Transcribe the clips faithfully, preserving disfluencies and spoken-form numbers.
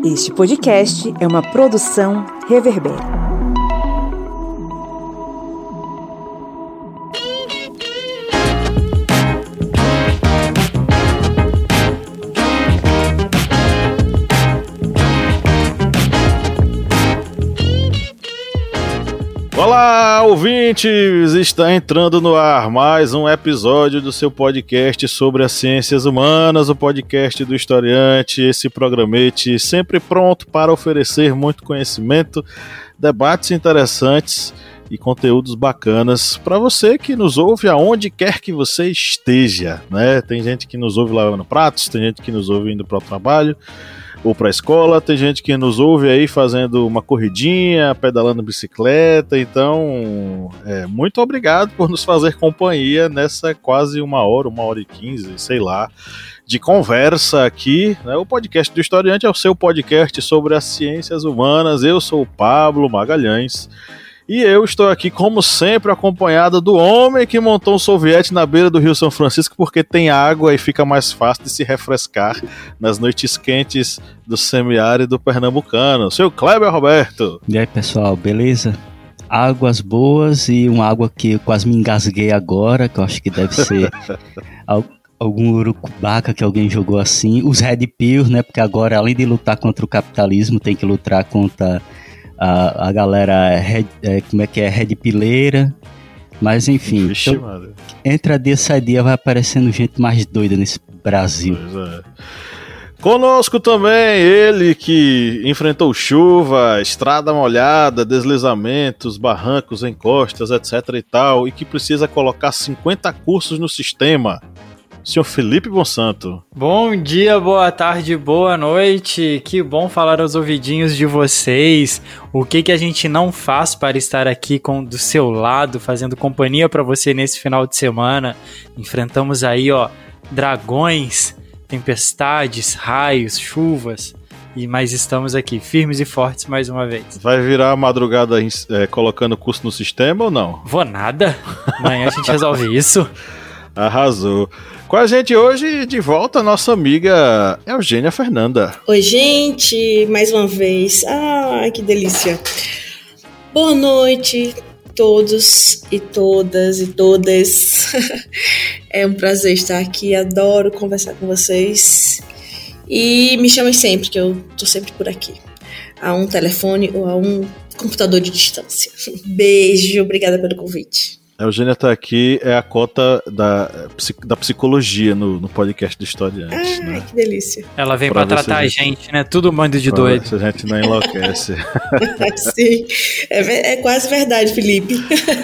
Este podcast é uma produção Reverber. Olá, ouvintes! Está entrando no ar mais um episódio do seu podcast sobre as ciências humanas, o podcast do Historiante, esse programete sempre pronto para oferecer muito conhecimento, debates interessantes e conteúdos bacanas para você que nos ouve aonde quer que você esteja, né? Tem gente que nos ouve lavando pratos, tem gente que nos ouve indo para o trabalho ou para a escola, tem gente que nos ouve aí fazendo uma corridinha, pedalando bicicleta, então é, muito obrigado por nos fazer companhia nessa quase uma hora, uma hora e quinze, sei lá, de conversa aqui, né? O podcast do Historiante é o seu podcast sobre as ciências humanas. Eu sou o Pablo Magalhães e eu estou aqui, como sempre, acompanhado do homem que montou um soviete na beira do Rio São Francisco porque tem água e fica mais fácil de se refrescar nas noites quentes do semiárido pernambucano. Seu Kleber Roberto. E aí, pessoal, beleza? Águas boas e uma água que eu quase me engasguei agora, que eu acho que deve ser algum urucubaca que alguém jogou assim. Os Red Pills, né? Porque agora, além de lutar contra o capitalismo, tem que lutar contra A, a galera, red, é, como é que é, red pileira, mas enfim, Vixe, então, entra dia, sai dia, vai aparecendo gente mais doida nesse Brasil. Pois é. Conosco também ele que enfrentou chuva, estrada molhada, deslizamentos, barrancos, encostas, etc e tal, e que precisa colocar cinquenta cursos no sistema. Senhor Felipe Bonsanto. Bom dia, boa tarde, boa noite. Que bom falar aos ouvidinhos de vocês. O que que a gente não faz para estar aqui com, do seu lado, fazendo companhia para você nesse final de semana. Enfrentamos aí, ó, dragões, tempestades, raios, chuvas. E mas estamos aqui, firmes e fortes mais uma vez. Vai virar a madrugada é, colocando curso no sistema ou não? Vou nada. Amanhã a gente resolve isso. Arrasou. Com a gente hoje, de volta, a nossa amiga Eugênia Fernanda. Oi, gente, mais uma vez. Ai, que delícia. Boa noite a todos e todas e todas. É um prazer estar aqui, adoro conversar com vocês. E me chamem sempre, que eu tô sempre por aqui. A um telefone ou a um computador de distância. Beijo, obrigada pelo convite. A Eugênia está aqui, é a cota da, da psicologia no, no podcast do Historiante. Ai, né? Que delícia. Ela vem para tratar a gente, gente, né? Tudo mando de doido. Se a gente não enlouquece. Sim, é, é quase verdade, Felipe.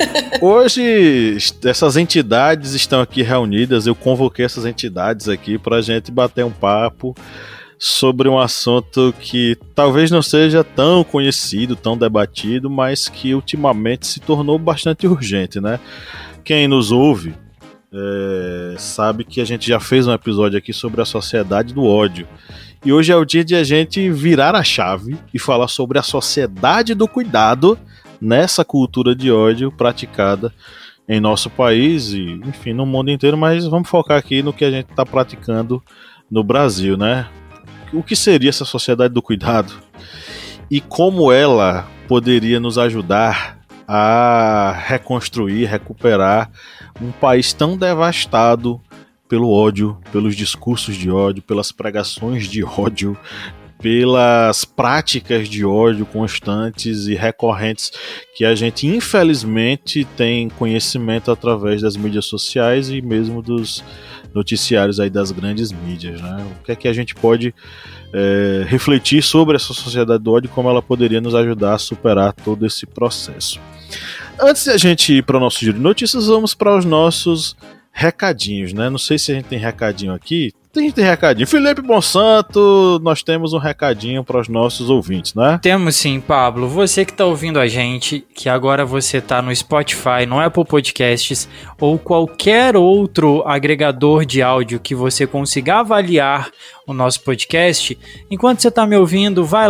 Hoje, essas entidades estão aqui reunidas, eu convoquei essas entidades aqui para a gente bater um papo sobre um assunto que talvez não seja tão conhecido, tão debatido, mas que ultimamente se tornou bastante urgente, né? Quem nos ouve é, sabe que a gente já fez um episódio aqui sobre a sociedade do ódio. E hoje é o dia de a gente virar a chave e falar sobre a sociedade do cuidado nessa cultura de ódio praticada em nosso país e, enfim, no mundo inteiro, mas vamos focar aqui no que a gente está praticando no Brasil, né? O que seria essa sociedade do cuidado e como ela poderia nos ajudar a reconstruir, recuperar um país tão devastado pelo ódio, pelos discursos de ódio, pelas pregações de ódio, pelas práticas de ódio constantes e recorrentes que a gente infelizmente tem conhecimento através das mídias sociais e mesmo dos noticiários aí das grandes mídias, né? O que é que a gente pode é, refletir sobre essa sociedade do ódio e como ela poderia nos ajudar a superar todo esse processo. Antes de a gente ir para o nosso giro de notícias, vamos para os nossos recadinhos, né? Não sei se a gente tem recadinho aqui. Tem, tem recadinho. Felipe Bonsanto, nós temos um recadinho para os nossos ouvintes, né? Temos sim, Pablo. Você que está ouvindo a gente, que agora você está no Spotify, no Apple Podcasts ou qualquer outro agregador de áudio que você consiga avaliar o nosso podcast, enquanto você está me ouvindo, vai lá,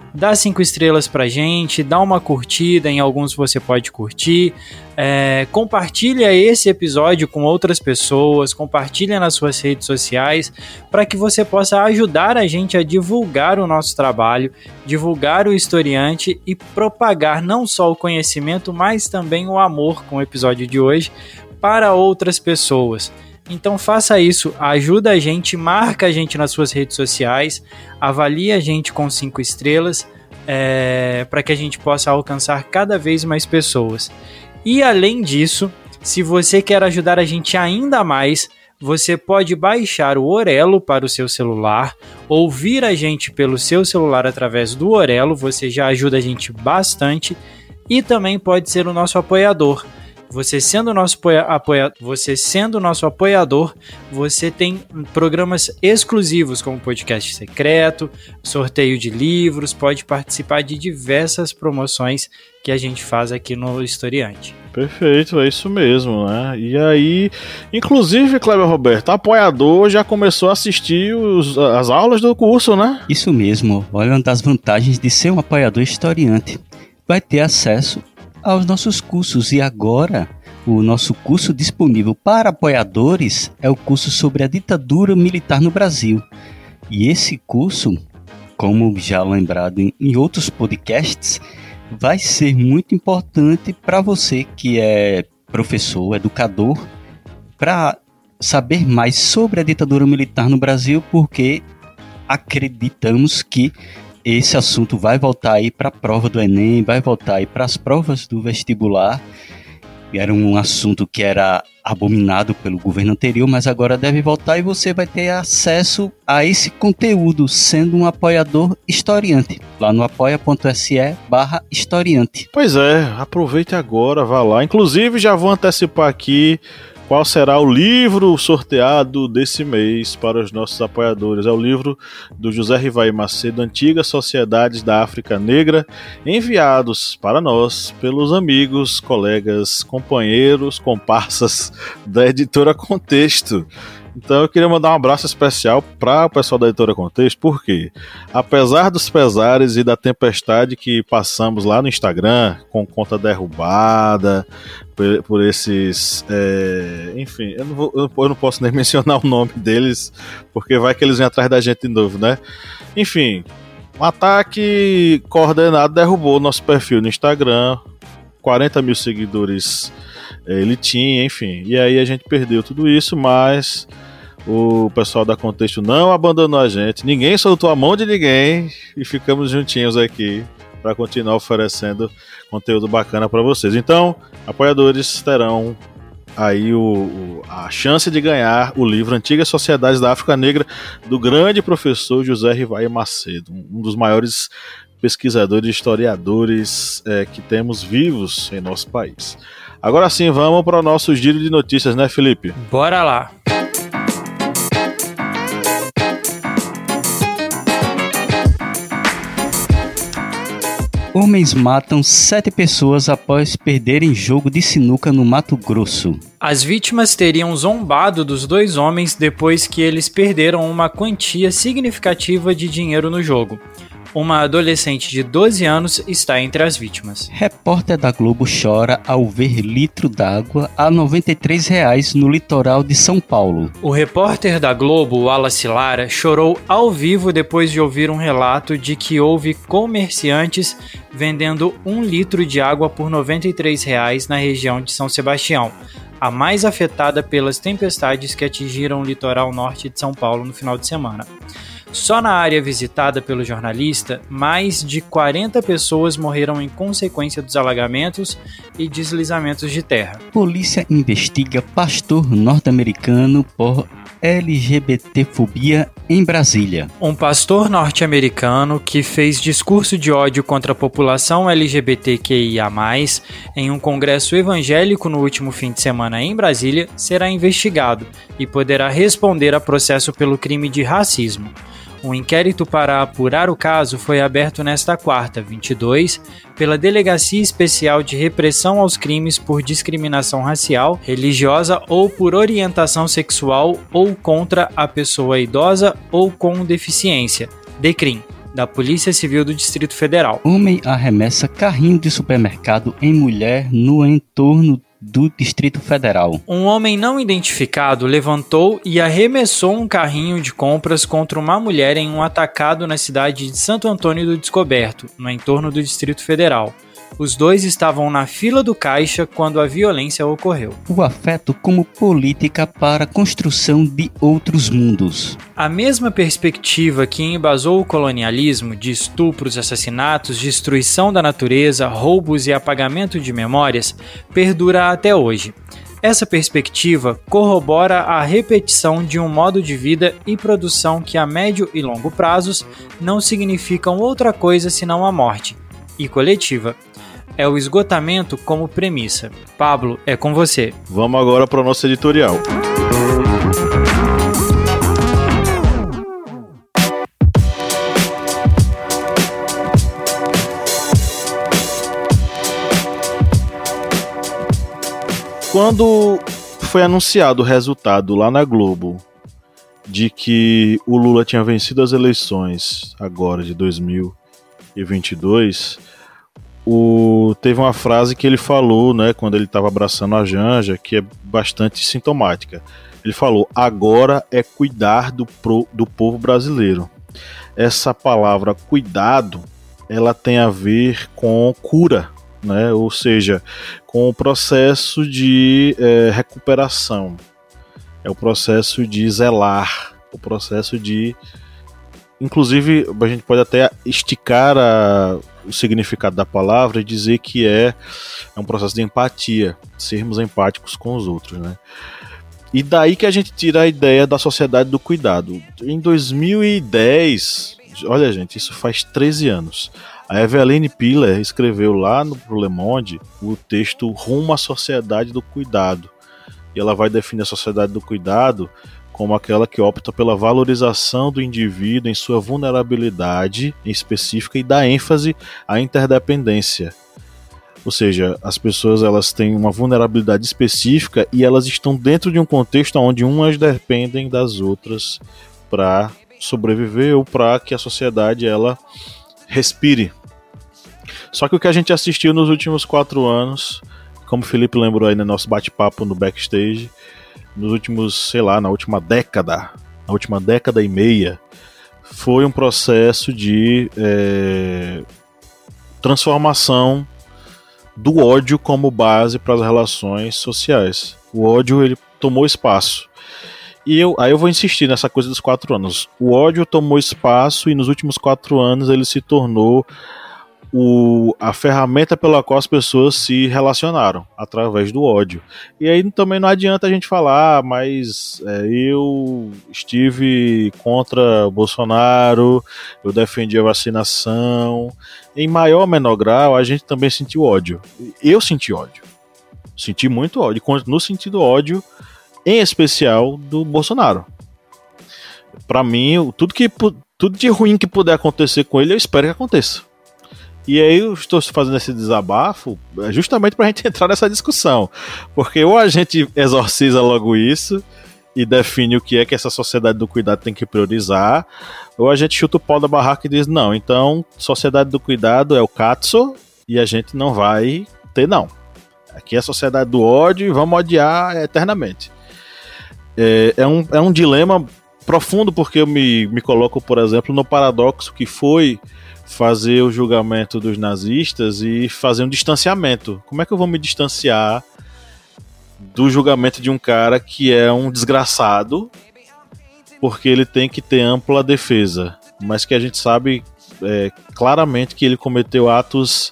dá cinco estrelas pra gente, dá uma curtida, em alguns você pode curtir, é, compartilha esse episódio com outras pessoas, compartilha nas suas redes sociais, para que você possa ajudar a gente a divulgar o nosso trabalho, divulgar o Historiante e propagar não só o conhecimento, mas também o amor com o episódio de hoje para outras pessoas. Então faça isso, ajuda a gente, marca a gente nas suas redes sociais, avalie a gente com cinco estrelas, é, para que a gente possa alcançar cada vez mais pessoas. E além disso, se você quer ajudar a gente ainda mais, você pode baixar o Orelo para o seu celular, ouvir a gente pelo seu celular através do Orelo, você já ajuda a gente bastante, e também pode ser o nosso apoiador. Você sendo nosso apoia- apoia- você sendo nosso apoiador, você tem programas exclusivos como podcast secreto, sorteio de livros, pode participar de diversas promoções que a gente faz aqui no Historiante. Perfeito, é isso mesmo, né? E aí, inclusive, Kleber Roberto, apoiador já começou a assistir os, as aulas do curso, né? Isso mesmo, olha uma das vantagens de ser um apoiador historiante. Vai ter acesso aos nossos cursos, e agora o nosso curso disponível para apoiadores é o curso sobre a ditadura militar no Brasil. E esse curso, como já lembrado em, em outros podcasts, vai ser muito importante para você que é professor, educador, para saber mais sobre a ditadura militar no Brasil, porque acreditamos que esse assunto vai voltar aí para a prova do Enem, vai voltar aí para as provas do vestibular. Era um assunto que era abominado pelo governo anterior, mas agora deve voltar e você vai ter acesso a esse conteúdo sendo um apoiador historiante, lá no apoia.se barra historiante. Pois é, aproveite agora, vá lá. Inclusive, já vou antecipar aqui qual será o livro sorteado desse mês para os nossos apoiadores. É o livro do José Rivaí Macedo, Antigas Sociedades da África Negra, enviados para nós pelos amigos, colegas, companheiros, comparsas da editora Contexto. Então eu queria mandar um abraço especial para o pessoal da editora Contexto, porque apesar dos pesares e da tempestade que passamos lá no Instagram, com conta derrubada, por, por esses... É, enfim, eu não, vou, eu não posso nem mencionar o nome deles, porque vai que eles vêm atrás da gente de novo, né? Enfim, um ataque coordenado derrubou o nosso perfil no Instagram, quarenta mil seguidores ele tinha, enfim, e aí a gente perdeu tudo isso, mas o pessoal da Contexto não abandonou a gente, ninguém soltou a mão de ninguém e ficamos juntinhos aqui para continuar oferecendo conteúdo bacana para vocês. Então, apoiadores terão aí o, o, a chance de ganhar o livro Antigas Sociedades da África Negra, do grande professor José Rivaí Macedo, um dos maiores pesquisadores e historiadores é, que temos vivos em nosso país. Agora sim, vamos para o nosso giro de notícias, né, Felipe? Bora lá! Homens matam sete pessoas após perderem jogo de sinuca no Mato Grosso. As vítimas teriam zombado dos dois homens depois que eles perderam uma quantia significativa de dinheiro no jogo. Uma adolescente de doze anos está entre as vítimas. Repórter da Globo chora ao ver litro d'água a noventa e três reais no litoral de São Paulo. O repórter da Globo, Wallace Lara, chorou ao vivo depois de ouvir um relato de que houve comerciantes vendendo um litro de água por noventa e três reais na região de São Sebastião, a mais afetada pelas tempestades que atingiram o litoral norte de São Paulo no final de semana. Só na área visitada pelo jornalista, mais de quarenta pessoas morreram em consequência dos alagamentos e deslizamentos de terra. Polícia investiga pastor norte-americano por LGBTfobia em Brasília. Um pastor norte-americano que fez discurso de ódio contra a população L G B T Q I A mais, em um congresso evangélico no último fim de semana em Brasília, será investigado e poderá responder a processo pelo crime de racismo. Um inquérito para apurar o caso foi aberto nesta quarta, vinte e dois, pela Delegacia Especial de Repressão aos Crimes por Discriminação Racial, Religiosa ou por Orientação Sexual ou contra a pessoa idosa ou com deficiência, DECRIM. da Polícia Civil do Distrito Federal. Homem arremessa carrinho de supermercado em mulher no entorno do Distrito Federal. Um homem não identificado levantou e arremessou um carrinho de compras contra uma mulher em um atacado na cidade de Santo Antônio do Descoberto, no entorno do Distrito Federal. Os dois estavam na fila do caixa quando a violência ocorreu. O afeto como política para a construção de outros mundos. A mesma perspectiva que embasou o colonialismo de estupros, assassinatos, destruição da natureza, roubos e apagamento de memórias perdura até hoje. Essa perspectiva corrobora a repetição de um modo de vida e produção que a médio e longo prazos não significam outra coisa senão a morte, e coletiva. É o esgotamento como premissa. Pablo, é com você. Vamos agora para o nosso editorial. Quando foi anunciado o resultado lá na Globo de que o Lula tinha vencido as eleições agora de dois mil e vinte e dois, O, teve uma frase que ele falou, né, quando ele estava abraçando a Janja, que é bastante sintomática. Ele falou: agora é cuidar do, pro, do povo brasileiro. Essa palavra cuidado, ela tem a ver com cura, né, ou seja, com o processo de é, recuperação. É o processo de zelar, o processo de... Inclusive, a gente pode até esticar a, o significado da palavra e dizer que é, é um processo de empatia, sermos empáticos com os outros, né? E daí que a gente tira a ideia da sociedade do cuidado. Em dois mil e dez, olha gente, isso faz treze anos, a Eveline Piller escreveu lá no Le Monde o texto Rumo à Sociedade do Cuidado. E ela vai definir a sociedade do cuidado como aquela que opta pela valorização do indivíduo em sua vulnerabilidade em específica e dá ênfase à interdependência. Ou seja, as pessoas elas têm uma vulnerabilidade específica e elas estão dentro de um contexto onde umas dependem das outras para sobreviver ou para que a sociedade ela respire. Só que o que a gente assistiu nos últimos quatro anos, como o Felipe lembrou aí no nosso bate-papo no backstage, nos últimos, sei lá, na última década, na última década e meia, foi um processo de é, transformação do ódio como base para as relações sociais. O ódio, ele tomou espaço. E eu, aí eu vou insistir nessa coisa dos quatro anos. O ódio tomou espaço e nos últimos quatro anos ele se tornou O, a ferramenta pela qual as pessoas se relacionaram, através do ódio. E aí também não adianta a gente falar, ah, mas é, eu estive contra Bolsonaro, eu defendi a vacinação. Em maior ou menor grau, a gente também sentiu ódio. Eu senti ódio. Senti muito ódio. Continuo sentindo ódio, em especial do Bolsonaro. Pra mim, tudo, que, tudo de ruim que puder acontecer com ele, eu espero que aconteça. E aí eu estou fazendo esse desabafo justamente para a gente entrar nessa discussão. Porque ou a gente exorciza logo isso e define o que é que essa sociedade do cuidado tem que priorizar, ou a gente chuta o pau da barraca e diz, não, então sociedade do cuidado é o Katsu e a gente não vai ter não. Aqui é a sociedade do ódio e vamos odiar eternamente. É, é, um, é um dilema profundo porque eu me, me coloco, por exemplo, no paradoxo que foi fazer o julgamento dos nazistas e fazer um distanciamento. Como é que eu vou me distanciar do julgamento de um cara que é um desgraçado porque ele tem que ter ampla defesa, mas que a gente sabe é, claramente que ele cometeu atos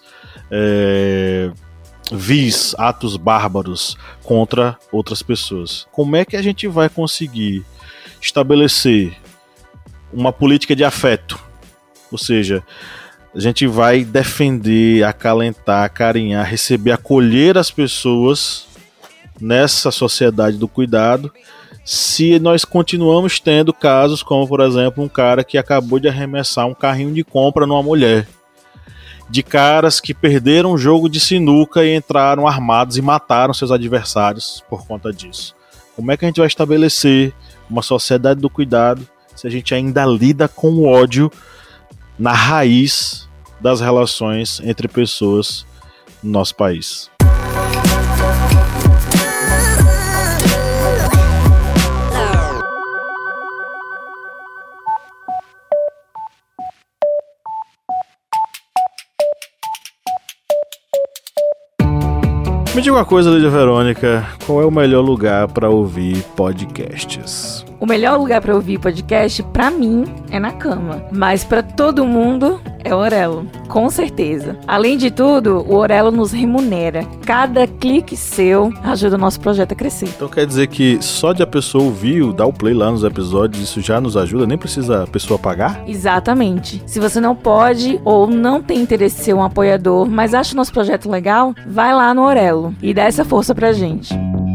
é, vis, atos bárbaros contra outras pessoas. Como é que a gente vai conseguir estabelecer uma política de afeto? Ou seja, a gente vai defender, acalentar, acarinhar, receber, acolher as pessoas nessa sociedade do cuidado, se nós continuamos tendo casos como, por exemplo, um cara que acabou de arremessar um carrinho de compra numa mulher, de caras que perderam um jogo de sinuca e entraram armados e mataram seus adversários por conta disso. Como é que a gente vai estabelecer uma sociedade do cuidado se a gente ainda lida com o ódio na raiz das relações entre pessoas no nosso país. Me diga uma coisa, Lídia Verônica, qual é o melhor lugar para ouvir podcasts? O melhor lugar para ouvir podcast, pra mim, é na cama. Mas pra todo mundo, é o Orelo. Com certeza. Além de tudo, o Orelo nos remunera. Cada clique seu ajuda o nosso projeto a crescer. Então quer dizer que só de a pessoa ouvir, dar o play lá nos episódios, isso já nos ajuda? Nem precisa a pessoa pagar? Exatamente. Se você não pode ou não tem interesse em ser um apoiador, mas acha o nosso projeto legal, vai lá no Orelo e dá essa força pra gente.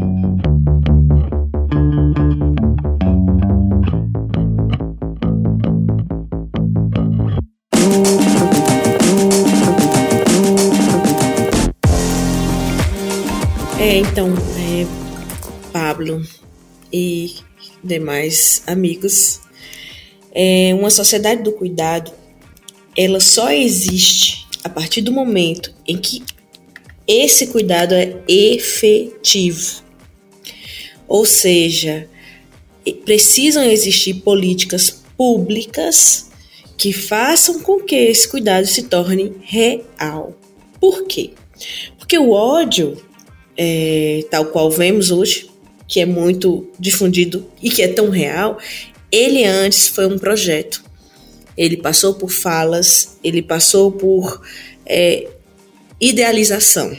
É, então, é, Pablo e demais amigos, é, uma sociedade do cuidado, ela só existe a partir do momento em que esse cuidado é efetivo. Ou seja, precisam existir políticas públicas que façam com que esse cuidado se torne real. Por quê? Porque o ódio, É, tal qual vemos hoje, que é muito difundido e que é tão real, ele antes foi um projeto. Ele passou por falas, ele passou por é, idealização.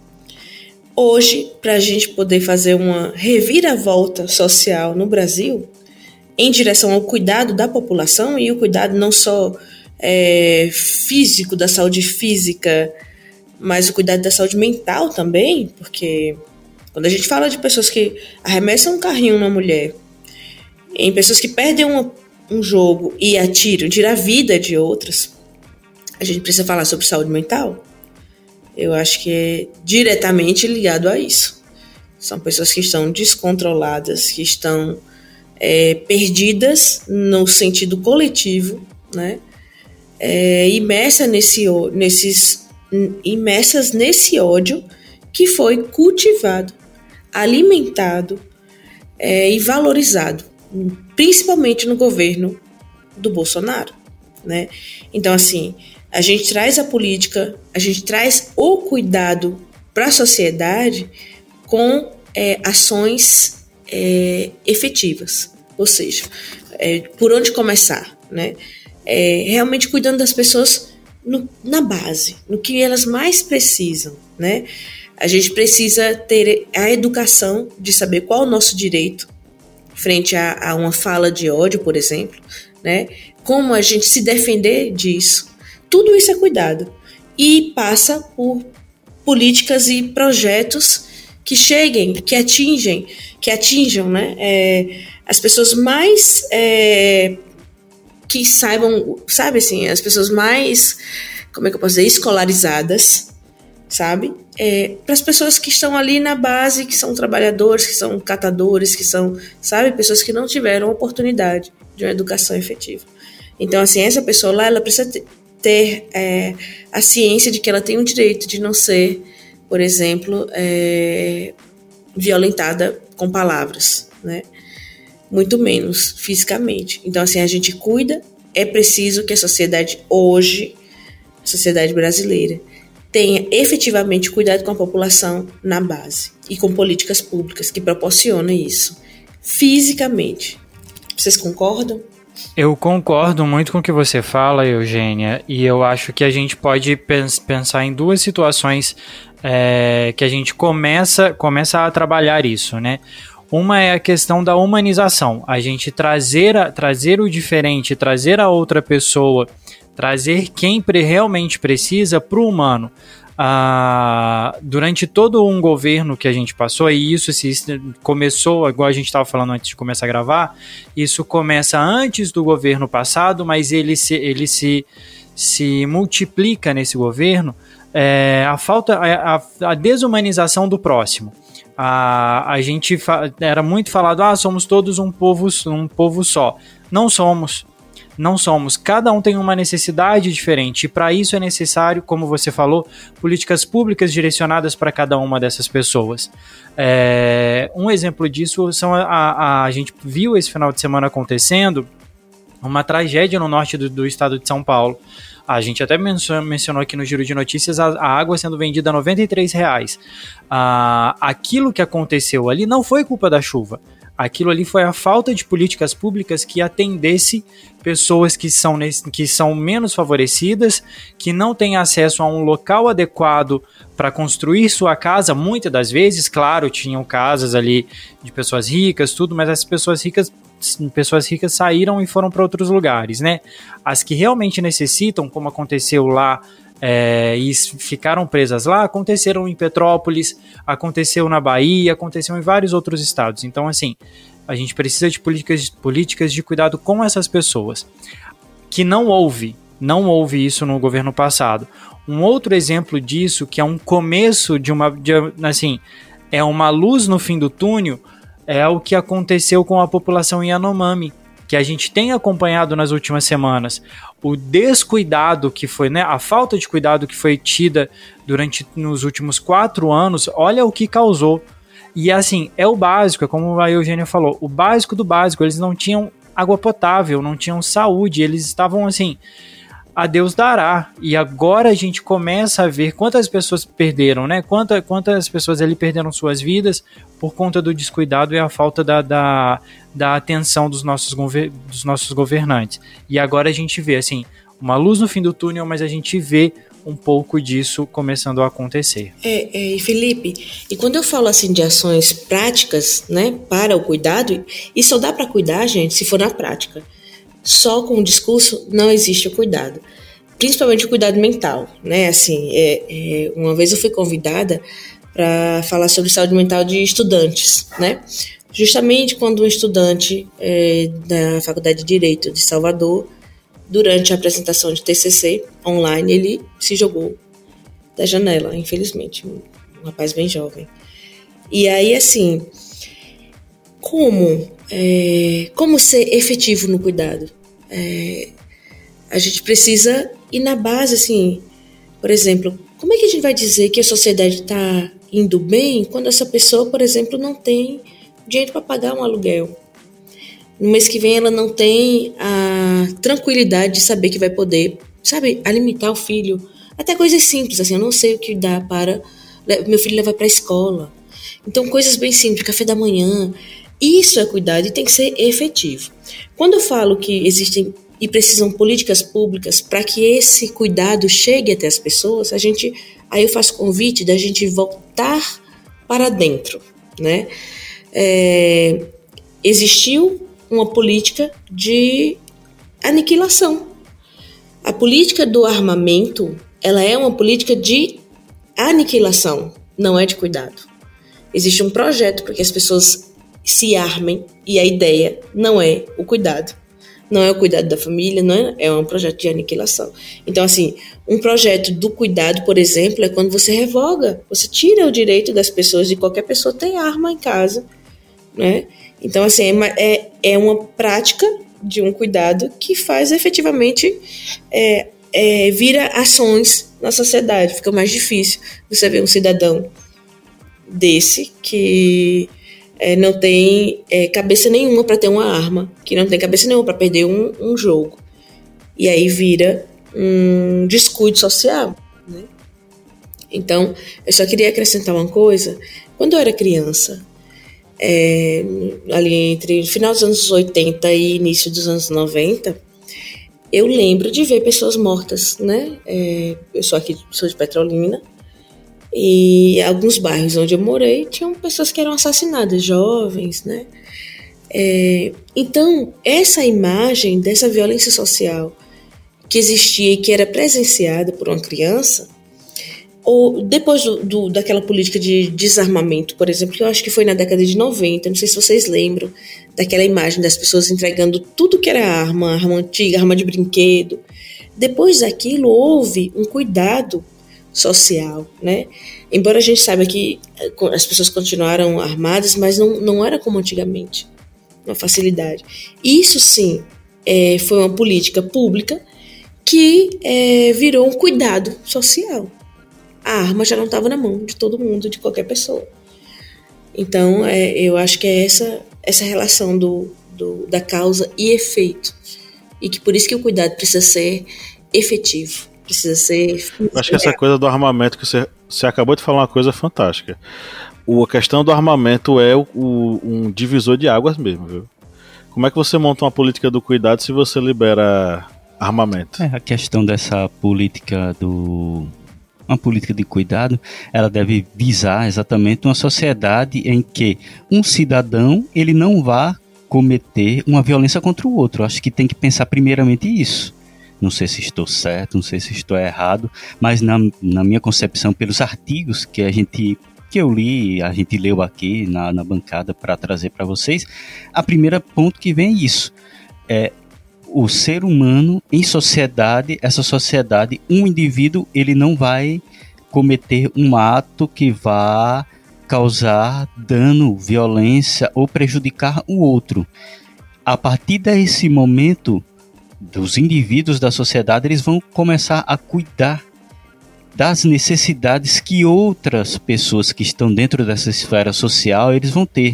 Hoje, para a gente poder fazer uma reviravolta social no Brasil, em direção ao cuidado da população, e o cuidado não só é, físico, da saúde física, mas o cuidado da saúde mental também, porque quando a gente fala de pessoas que arremessam um carrinho na mulher, em pessoas que perdem uma, um jogo e atiram, tiram a vida de outras, a gente precisa falar sobre saúde mental. Eu acho que é diretamente ligado a isso. São pessoas que estão descontroladas, que estão é, perdidas no sentido coletivo, né? É, imersa nesse, nesses imersas nesse ódio que foi cultivado, alimentado é, e valorizado, principalmente no governo do Bolsonaro, né? Então, assim, a gente traz a política, a gente traz o cuidado para a sociedade com é, ações é, efetivas, ou seja, é, por onde começar, né? É, realmente cuidando das pessoas No, na base, no que elas mais precisam, né? A gente precisa ter a educação de saber qual é o nosso direito frente a, a uma fala de ódio, por exemplo, né? Como a gente se defender disso. Tudo isso é cuidado e passa por políticas e projetos que cheguem, que atingem, que atinjam, né? É, as pessoas mais é, que saibam, sabe assim, as pessoas mais, como é que eu posso dizer, escolarizadas, sabe? É, para as pessoas que estão ali na base, que são trabalhadores, que são catadores, que são, sabe, pessoas que não tiveram oportunidade de uma educação efetiva. Então, assim, essa pessoa lá, ela precisa ter é, a ciência de que ela tem o direito de não ser, por exemplo, é, violentada com palavras, né? Muito menos fisicamente. Então, assim, a gente cuida. É preciso que a sociedade hoje, a sociedade brasileira, tenha efetivamente cuidado com a população na base e com políticas públicas que proporcionem isso fisicamente. Vocês concordam? Eu concordo muito com o que você fala, Eugênia, e eu acho que a gente pode pens- pensar em duas situações é, que a gente começa, começa a trabalhar isso, né? Uma é a questão da humanização, a gente trazer, a, trazer o diferente, trazer a outra pessoa, trazer quem pre, realmente precisa para o humano. Ah, durante todo um governo que a gente passou, e isso se começou, igual a gente estava falando antes de começar a gravar, isso começa antes do governo passado, mas ele se, ele se, se multiplica nesse governo, é, a falta, a, a desumanização do próximo. A, a gente fa- era muito falado, ah, somos todos um povo, um povo só. Não somos. não somos. Cada um tem uma necessidade diferente e para isso é necessário, como você falou, políticas públicas direcionadas para cada uma dessas pessoas. É, um exemplo disso são a, a, a gente viu esse final de semana acontecendo uma tragédia no norte do, do estado de São Paulo. A gente até mencionou aqui no Giro de Notícias a, a água sendo vendida a noventa e três reais. Ah, aquilo que aconteceu ali não foi culpa da chuva. Aquilo ali foi a falta de políticas públicas que atendesse pessoas que são, que são menos favorecidas, que não têm acesso a um local adequado para construir sua casa. Muitas das vezes, claro, tinham casas ali de pessoas ricas, tudo, mas essas pessoas ricas pessoas ricas saíram e foram para outros lugares, né? As que realmente necessitam, como aconteceu lá, é, e ficaram presas lá, aconteceram em Petrópolis, aconteceu na Bahia, aconteceu em vários outros estados. Então, assim, a gente precisa de políticas, políticas de cuidado com essas pessoas, que não houve, não houve isso no governo passado. Um outro exemplo disso, que é um começo de uma, de, assim, é uma luz no fim do túnel, é o que aconteceu com a população Yanomami, que a gente tem acompanhado nas últimas semanas. O descuidado que foi, né, a falta de cuidado que foi tida durante nos últimos quatro anos, olha o que causou. E assim, é o básico, é como a Eugênia falou, o básico do básico. Eles não tinham água potável, não tinham saúde, eles estavam assim, a Deus dará. E agora a gente começa a ver quantas pessoas perderam, né? Quantas, quantas pessoas ali perderam suas vidas por conta do descuidado e a falta da, da, da atenção dos nossos, dos nossos governantes. E agora a gente vê, assim, uma luz no fim do túnel, mas a gente vê um pouco disso começando a acontecer. É, é, Felipe, e quando eu falo assim de ações práticas, né, para o cuidado, e só dá para cuidar, gente, se for na prática. Só com o discurso não existe o cuidado, principalmente o cuidado mental, né? Assim, é, é, uma vez eu fui convidada para falar sobre saúde mental de estudantes, né? Justamente quando um estudante é, da Faculdade de Direito de Salvador, durante a apresentação de T C C online, ele se jogou da janela, infelizmente, um, um rapaz bem jovem. E aí, assim, como É, como ser efetivo no cuidado? É, a gente precisa ir na base, assim, por exemplo, como é que a gente vai dizer que a sociedade está indo bem quando essa pessoa, por exemplo, não tem dinheiro para pagar um aluguel? No mês que vem ela não tem a tranquilidade de saber que vai poder, sabe, alimentar o filho. Até coisas simples, assim, eu não sei o que dá para meu filho levar para a escola. Então, coisas bem simples, café da manhã. Isso é cuidado e tem que ser efetivo. Quando eu falo que existem e precisam políticas públicas para que esse cuidado chegue até as pessoas, a gente, aí eu faço convite da gente voltar para dentro, né? É, existiu uma política de aniquilação. A política do armamento, ela é uma política de aniquilação, não é de cuidado. Existe um projeto para que as pessoas se armem, e a ideia não é o cuidado, não é o cuidado da família, não é, é um projeto de aniquilação. Então, assim, um projeto do cuidado, por exemplo, é quando você revoga, você tira o direito das pessoas, de qualquer pessoa ter arma em casa, né? Então, assim, é, é uma prática de um cuidado que faz efetivamente é, é, vira ações na sociedade. Fica mais difícil você ver um cidadão desse que É, não tem é, cabeça nenhuma para ter uma arma, que não tem cabeça nenhuma para perder um, um jogo. E aí vira um descuido social, né? Então, eu só queria acrescentar uma coisa. Quando eu era criança, é, ali entre o final dos anos oitenta e início dos anos noventa, eu lembro de ver pessoas mortas, né? É, eu sou aqui, sou de Petrolina, e alguns bairros onde eu morei tinham pessoas que eram assassinadas, jovens, né? É, então, essa imagem dessa violência social que existia e que era presenciada por uma criança, ou depois do, do, daquela política de desarmamento, por exemplo, que eu acho que foi na década de noventa, não sei se vocês lembram, daquela imagem das pessoas entregando tudo que era arma, arma antiga, arma de brinquedo. Depois daquilo, houve um cuidado social, né? Embora a gente saiba que as pessoas continuaram armadas, mas não, não era como antigamente, uma facilidade. Isso sim é, foi uma política pública que é, virou um cuidado social. A arma já não estava na mão de todo mundo, de qualquer pessoa. Então, é, eu acho que é essa, essa relação do, do, da causa e efeito. E que por isso que o cuidado precisa ser efetivo. Precisa ser... Acho que essa coisa do armamento, que você, você acabou de falar uma coisa fantástica. O, a questão do armamento é o, o, um divisor de águas mesmo, viu? Como é que você monta uma política do cuidado se você libera armamento? É, a questão dessa política do... Uma política de cuidado, ela deve visar exatamente uma sociedade em que um cidadão, ele não vá cometer uma violência contra o outro. Acho que tem que pensar primeiramente isso. Não sei se estou certo, não sei se estou errado, mas na, na minha concepção, pelos artigos que a gente, que eu li, a gente leu aqui na, na bancada para trazer para vocês, a primeira ponto que vem é isso. É o ser humano em sociedade, essa sociedade, um indivíduo, ele não vai cometer um ato que vá causar dano, violência ou prejudicar o outro. A partir desse momento, dos indivíduos da sociedade, eles vão começar a cuidar das necessidades que outras pessoas que estão dentro dessa esfera social, eles vão ter.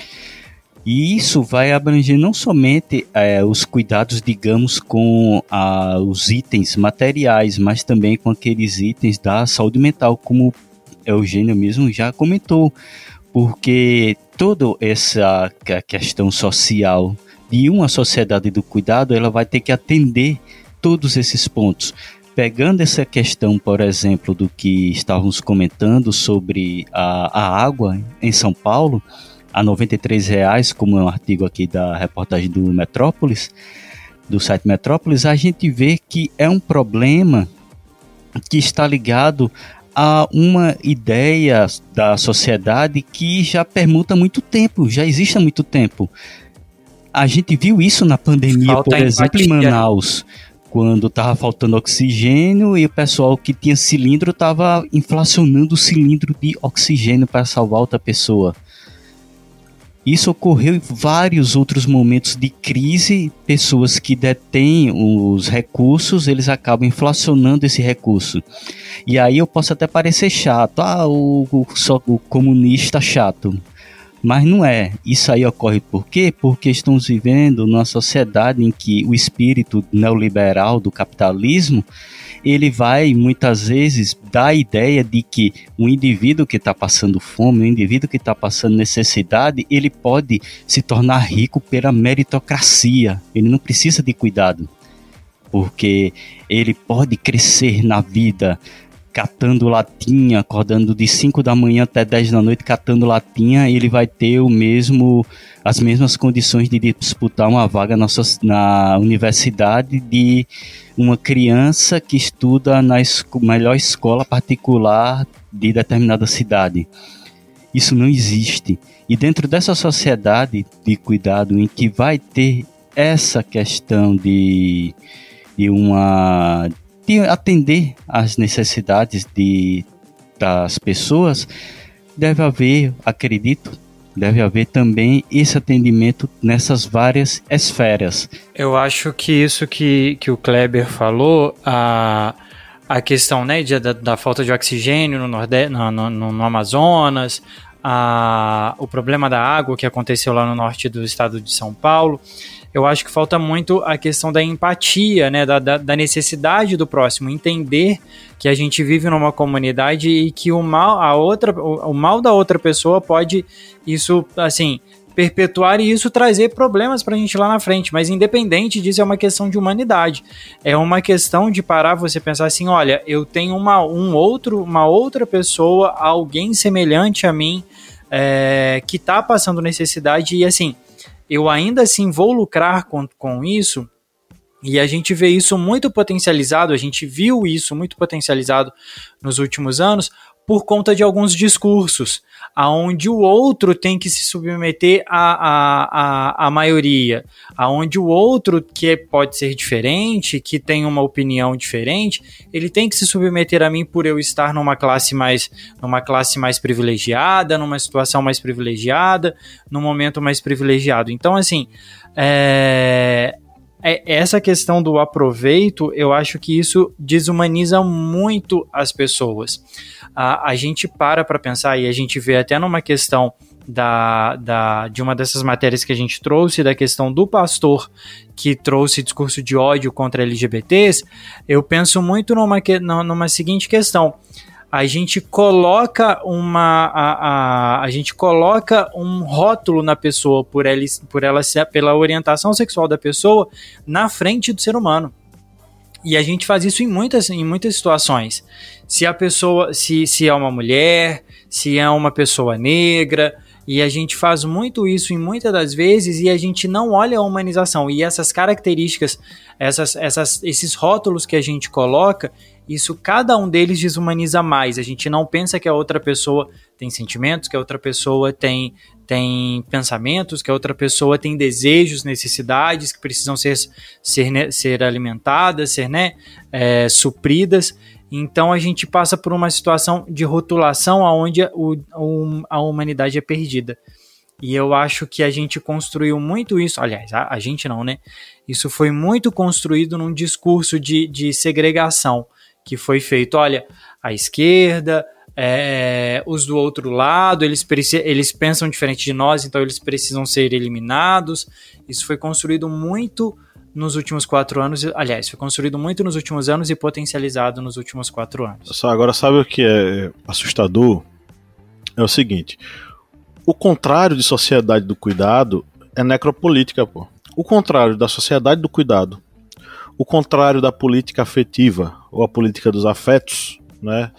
E isso vai abranger não somente é, os cuidados, digamos, com a, os itens materiais, mas também com aqueles itens da saúde mental, como o Eugênio mesmo já comentou, porque toda essa questão social de uma sociedade do cuidado, ela vai ter que atender todos esses pontos. Pegando essa questão, por exemplo, do que estávamos comentando sobre a, a água em São Paulo, a noventa e três reais, como é um artigo aqui da reportagem do Metrópolis, do site Metrópolis, a gente vê que é um problema que está ligado a uma ideia da sociedade que já permuta há muito tempo, já existe há muito tempo. A gente viu isso na pandemia, Falta por exemplo, empatia. Em Manaus, quando estava faltando oxigênio e o pessoal que tinha cilindro estava inflacionando o cilindro de oxigênio para salvar outra pessoa. Isso ocorreu em vários outros momentos de crise. Pessoas que detêm os recursos, eles acabam inflacionando esse recurso. E aí eu posso até parecer chato, ah, o, o, só, o comunista chato. Mas não é. Isso aí ocorre por quê? Porque estamos vivendo numa sociedade em que o espírito neoliberal do capitalismo, ele vai muitas vezes dar a ideia de que um indivíduo que está passando fome, um indivíduo que está passando necessidade, ele pode se tornar rico pela meritocracia. Ele não precisa de cuidado, porque ele pode crescer na vida catando latinha, acordando de cinco da manhã até dez da noite catando latinha, ele vai ter o mesmo, as mesmas condições de disputar uma vaga na, na universidade de uma criança que estuda na esco- melhor escola particular de determinada cidade. Isso não existe. E dentro dessa sociedade de cuidado em que vai ter essa questão de, de uma... de atender às necessidades de, das pessoas, deve haver, acredito, deve haver também esse atendimento nessas várias esferas. Eu acho que isso que, que o Kleber falou, a, a questão, né, de, da, da falta de oxigênio no, Nordeste, no, no, no Amazonas, a, o problema da água que aconteceu lá no norte do estado de São Paulo, eu acho que falta muito a questão da empatia, né, da, da, da necessidade do próximo, entender que a gente vive numa comunidade e que o mal, a outra, o, o mal da outra pessoa pode, isso, assim, perpetuar e isso trazer problemas pra gente lá na frente, mas independente disso é uma questão de humanidade, é uma questão de parar você pensar assim, olha, eu tenho uma, um outro, uma outra pessoa, alguém semelhante a mim, é, que tá passando necessidade e assim, eu ainda assim vou lucrar com, com isso, e a gente vê isso muito potencializado, a gente viu isso muito potencializado nos últimos anos, por conta de alguns discursos, aonde o outro tem que se submeter à, à, à, à maioria, aonde o outro, que pode ser diferente, que tem uma opinião diferente, ele tem que se submeter a mim por eu estar numa classe mais, numa classe mais privilegiada, numa situação mais privilegiada, num momento mais privilegiado. Então, assim, é... é, essa questão do aproveito, eu acho que isso desumaniza muito as pessoas. A, a gente para para pensar, e a gente vê até numa questão da, da, de uma dessas matérias que a gente trouxe, da questão do pastor que trouxe discurso de ódio contra L G B Ts, eu penso muito numa, numa seguinte questão. A gente coloca uma a, a, a gente coloca um rótulo na pessoa por ela, por ela pela orientação sexual da pessoa na frente do ser humano. E a gente faz isso em muitas, em muitas situações. Se a pessoa, se, se é uma mulher, se é uma pessoa negra, e a gente faz muito isso em muitas das vezes e a gente não olha a humanização. E essas características, essas, essas, esses rótulos que a gente coloca, isso, cada um deles desumaniza mais. A gente não pensa que a outra pessoa tem sentimentos, que a outra pessoa tem, tem pensamentos, que a outra pessoa tem desejos, necessidades que precisam ser, ser, ser alimentadas, ser né, é, supridas. Então a gente passa por uma situação de rotulação onde o, o, a humanidade é perdida. E eu acho que a gente construiu muito isso, aliás, a, a gente não, né? Isso foi muito construído num discurso de, de segregação que foi feito. Olha, a esquerda, é, os do outro lado, eles, eles pensam diferente de nós, então eles precisam ser eliminados. Isso foi construído muito nos últimos quatro anos, aliás, foi construído muito nos últimos anos e potencializado nos últimos quatro anos. Só agora, sabe o que é assustador? É o seguinte, o contrário de sociedade do cuidado é necropolítica, pô. O contrário da sociedade do cuidado, o contrário da política afetiva, ou a política dos afetos, né,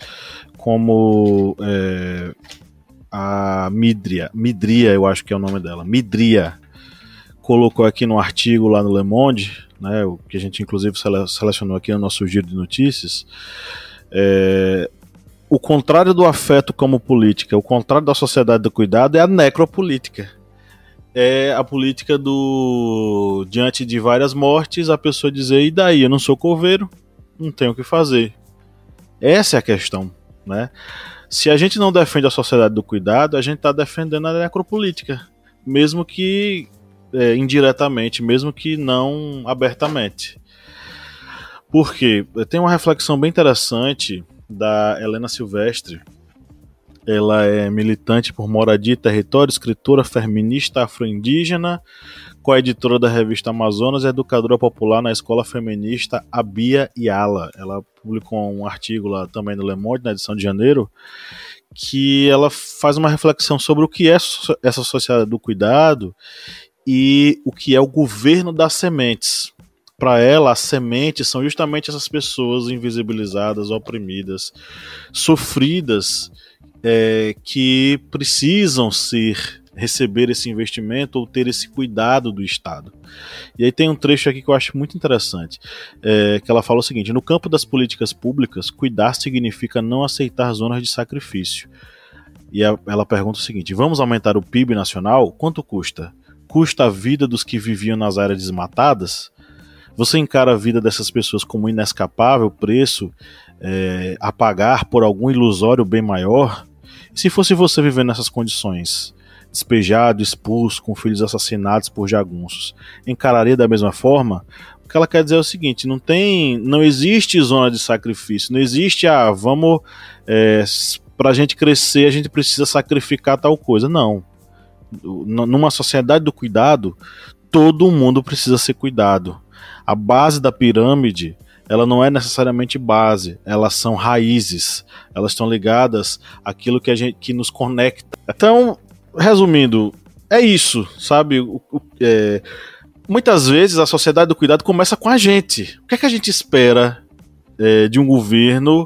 como é, a Midria, Midria eu acho que é o nome dela, Midria, colocou aqui no artigo lá no Le Monde, né, o que a gente inclusive sele- selecionou aqui no nosso giro de notícias, é, o contrário do afeto como política, o contrário da sociedade do cuidado é a necropolítica. É a política do diante de várias mortes, a pessoa dizer, e daí, eu não sou coveiro, não tenho o que fazer. Essa é a questão, né? Se a gente não defende a sociedade do cuidado, a gente está defendendo a necropolítica, mesmo que é, indiretamente, mesmo que não abertamente. Por quê? Tem uma reflexão bem interessante da Helena Silvestre. Ela é militante por moradia e território, escritora feminista afro-indígena, coeditora da revista Amazonas e educadora popular na escola feminista Abia Yala. Ela publicou um artigo lá também no Le Monde, na edição de janeiro, que ela faz uma reflexão sobre o que é essa sociedade do cuidado e o que é o governo das sementes. Para ela, as sementes são justamente essas pessoas invisibilizadas, oprimidas, sofridas, É, que precisam ser, receber esse investimento ou ter esse cuidado do Estado. E aí tem um trecho aqui que eu acho muito interessante, é, que ela fala o seguinte: no campo das políticas públicas, cuidar significa não aceitar zonas de sacrifício. E a, ela pergunta o seguinte: vamos aumentar o P I B nacional? Quanto custa? Custa a vida dos que viviam nas áreas desmatadas? Você encara a vida dessas pessoas como inescapável preço é, a pagar por algum ilusório bem maior? Se fosse você vivendo nessas condições, despejado, expulso, com filhos assassinados por jagunços, encararia da mesma forma? O que ela quer dizer é o seguinte: não tem, não existe zona de sacrifício, não existe, ah, vamos, é, pra gente crescer a gente precisa sacrificar tal coisa. Não. Numa sociedade do cuidado, todo mundo precisa ser cuidado. A base da pirâmide, ela não é necessariamente base, elas são raízes, elas estão ligadas àquilo que, a gente, que nos conecta. Então, resumindo, é isso, sabe? O, o, é, muitas vezes a sociedade do cuidado começa com a gente. O que é que a gente espera é, de um governo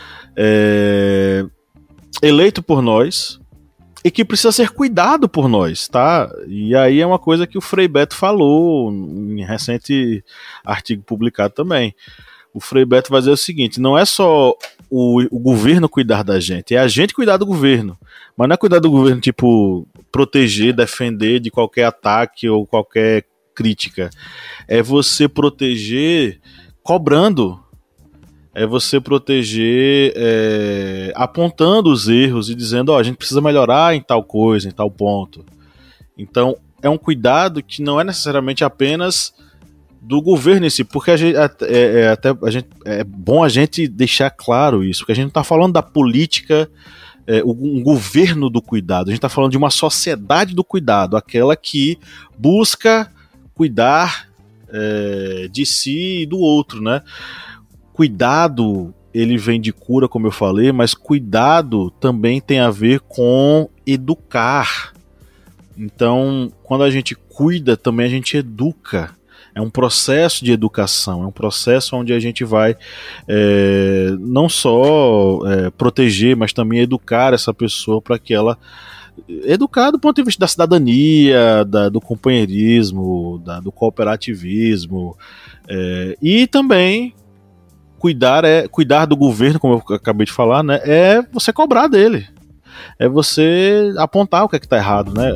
é, eleito por nós e que precisa ser cuidado por nós, tá? E aí é uma coisa que o Frei Beto falou em recente artigo publicado também. O Frei Beto vai dizer o seguinte: não é só o, o governo cuidar da gente, é a gente cuidar do governo. Mas não é cuidar do governo tipo proteger, defender de qualquer ataque ou qualquer crítica. É você proteger cobrando. É você proteger é, apontando os erros e dizendo, ó, oh, a gente precisa melhorar em tal coisa, em tal ponto. Então, é um cuidado que não é necessariamente apenas do governo em si, porque a gente, é, é, até a gente, é bom a gente deixar claro isso, porque a gente não está falando da política, é, um governo do cuidado, a gente está falando de uma sociedade do cuidado, aquela que busca cuidar é, de si e do outro, né? Cuidado, ele vem de cura, como eu falei, mas cuidado também tem a ver com educar. Então, quando a gente cuida, também a gente educa. É um processo de educação, é um processo onde a gente vai é, não só é, proteger, mas também educar essa pessoa para que ela... Educar do ponto de vista da cidadania, da, do companheirismo, da, do cooperativismo, é, e também cuidar, é, cuidar do governo, como eu acabei de falar, né, é você cobrar dele, é você apontar o que é que está errado, né?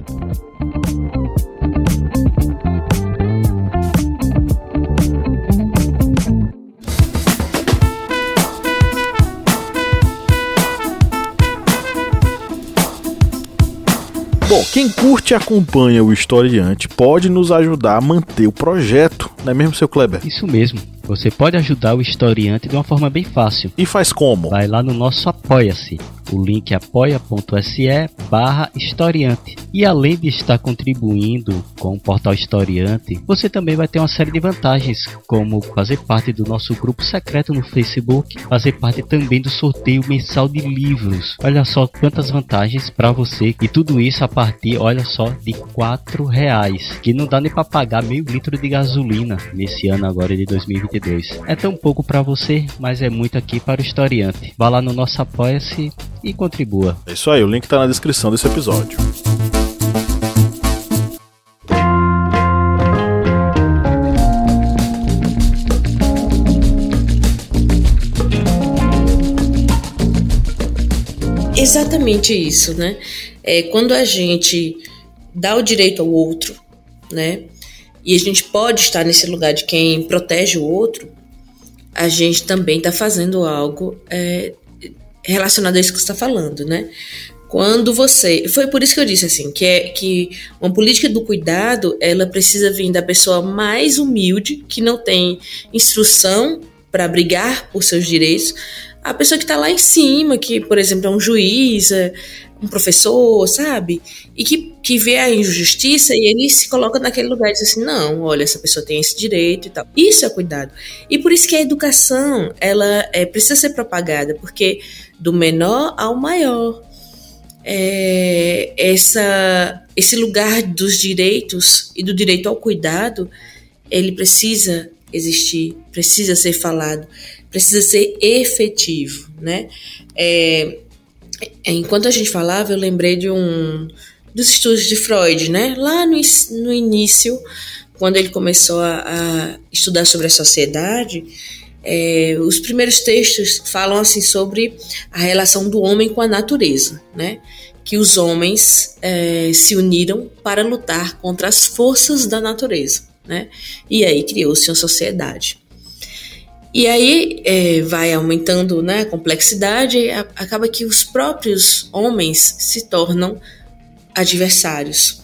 Bom, quem curte e acompanha o Historiante pode nos ajudar a manter o projeto, não é mesmo, seu Kleber? Isso mesmo. Você pode ajudar o Historiante de uma forma bem fácil. E faz como? Vai lá no nosso Apoia-se. O link é apoia.se barra Historiante. E além de estar contribuindo com o Portal Historiante, você também vai ter uma série de vantagens, como fazer parte do nosso grupo secreto no Facebook, fazer parte também do sorteio mensal de livros. Olha só quantas vantagens para você. E tudo isso a partir, olha só, de quatro reais. Que não dá nem para pagar meio litro de gasolina nesse ano agora de dois mil e vinte e dois. É tão pouco para você, mas é muito aqui para o Historiante. Vá lá no nosso Apoia-se e contribua. É isso aí, o link tá na descrição desse episódio. Exatamente isso, né? É, quando a gente dá o direito ao outro, né? E a gente pode estar nesse lugar de quem protege o outro, a gente também está fazendo algo é, relacionado a isso que você está falando, né? Quando você... Foi por isso que eu disse assim, que, é, que uma política do cuidado, ela precisa vir da pessoa mais humilde, que não tem instrução para brigar por seus direitos, a pessoa que está lá em cima, que, por exemplo, é um juiz, um professor, sabe? E que, que vê a injustiça e ele se coloca naquele lugar e diz assim, não, olha, essa pessoa tem esse direito e tal. Isso é cuidado. E por isso que a educação, ela é, precisa ser propagada, porque do menor ao maior, é, essa, esse lugar dos direitos e do direito ao cuidado, ele precisa existir, precisa ser falado, precisa ser efetivo, né? É, enquanto a gente falava, eu lembrei de um dos estudos de Freud, né? Lá no, no início, quando ele começou a, a estudar sobre a sociedade, é, os primeiros textos falam assim sobre a relação do homem com a natureza, né? Que os homens é, se uniram para lutar contra as forças da natureza, né? E aí criou-se uma sociedade. E aí é, vai aumentando, né, a complexidade e a, acaba que os próprios homens se tornam adversários.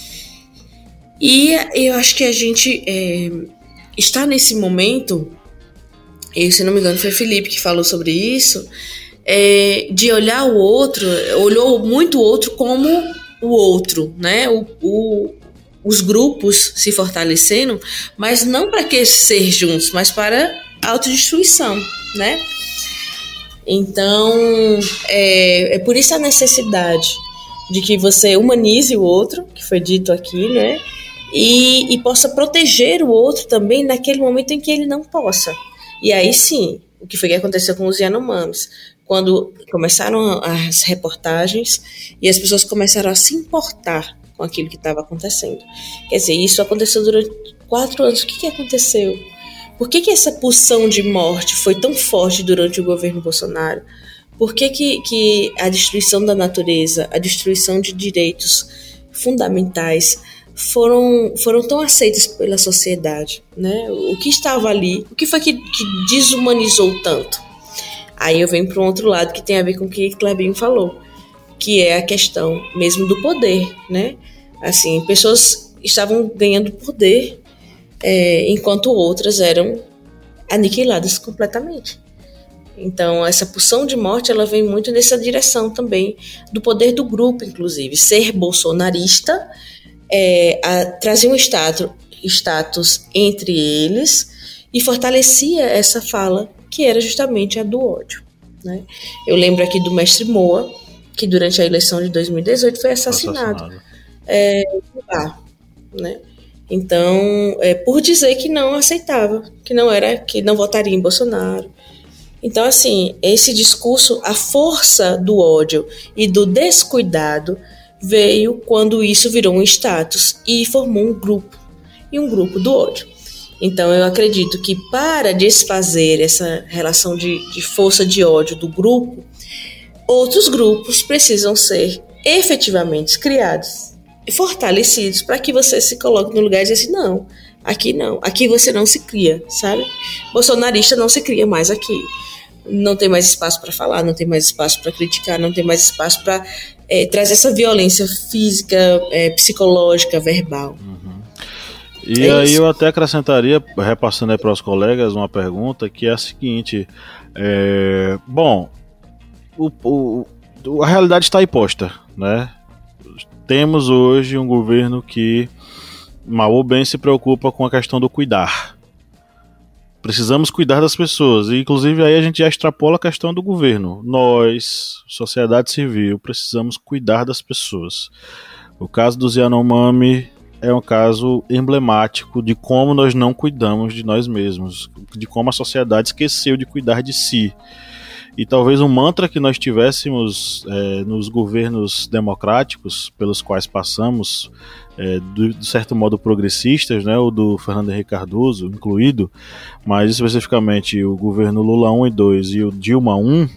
E eu acho que a gente é, está nesse momento, e se não me engano foi Felipe que falou sobre isso, é, de olhar o outro, olhou muito o outro como o outro, né? O, o, os grupos se fortalecendo, mas não para que ser juntos, mas para autodestruição, né? Então, é, é por isso a necessidade de que você humanize o outro, que foi dito aqui, né? E, e possa proteger o outro também naquele momento em que ele não possa. E aí sim, o que foi que aconteceu com os Yanomamis? Quando começaram as reportagens e as pessoas começaram a se importar com aquilo que estava acontecendo. Quer dizer, isso aconteceu durante quatro anos. O que, que aconteceu? Por que, que essa pulsão de morte foi tão forte durante o governo Bolsonaro? Por que, que, que a destruição da natureza, a destruição de direitos fundamentais foram, foram tão aceitas pela sociedade, né? O que estava ali? O que foi que, que desumanizou tanto? Aí eu venho para um outro lado que tem a ver com o que Clebinho falou, que é a questão mesmo do poder, né? Assim, pessoas estavam ganhando poder é, enquanto outras eram aniquiladas completamente. Então, essa pulsão de morte, ela vem muito nessa direção também do poder do grupo, inclusive. Ser bolsonarista é, a, trazia um status, status entre eles e fortalecia essa fala, que era justamente a do ódio, né? Eu lembro aqui do mestre Moa, que durante a eleição de dois mil e dezoito foi assassinado. assassinado. É, lá, né? Então, é, por dizer que não aceitava, que não era, que não votaria em Bolsonaro. Então, assim, esse discurso, a força do ódio e do descuidado veio quando isso virou um status e formou um grupo, e um grupo do ódio. Então, eu acredito que para desfazer essa relação de, de força de ódio do grupo, outros grupos precisam ser efetivamente criados e fortalecidos para que você se coloque no lugar e dizer assim, não, aqui não, aqui você não se cria, sabe? Bolsonarista não se cria mais aqui. Não tem mais espaço para falar, não tem mais espaço para criticar, não tem mais espaço para é, trazer essa violência física, é, psicológica, verbal. Uhum. E é aí isso. Eu até acrescentaria, repassando aí para os colegas, uma pergunta que é a seguinte, é, bom, o, o, a realidade está aí posta, né? Temos hoje um governo que, mal ou bem, se preocupa com a questão do cuidar. Precisamos cuidar das pessoas, e inclusive aí a gente já extrapola a questão do governo. Nós, sociedade civil, precisamos cuidar das pessoas. O caso do Yanomami é um caso emblemático de como nós não cuidamos de nós mesmos, de como a sociedade esqueceu de cuidar de si. E talvez um mantra que nós tivéssemos é, nos governos democráticos pelos quais passamos, é, do, de certo modo progressistas, né, o do Fernando Henrique Cardoso incluído, mas especificamente o governo Lula um e dois e o Dilma um,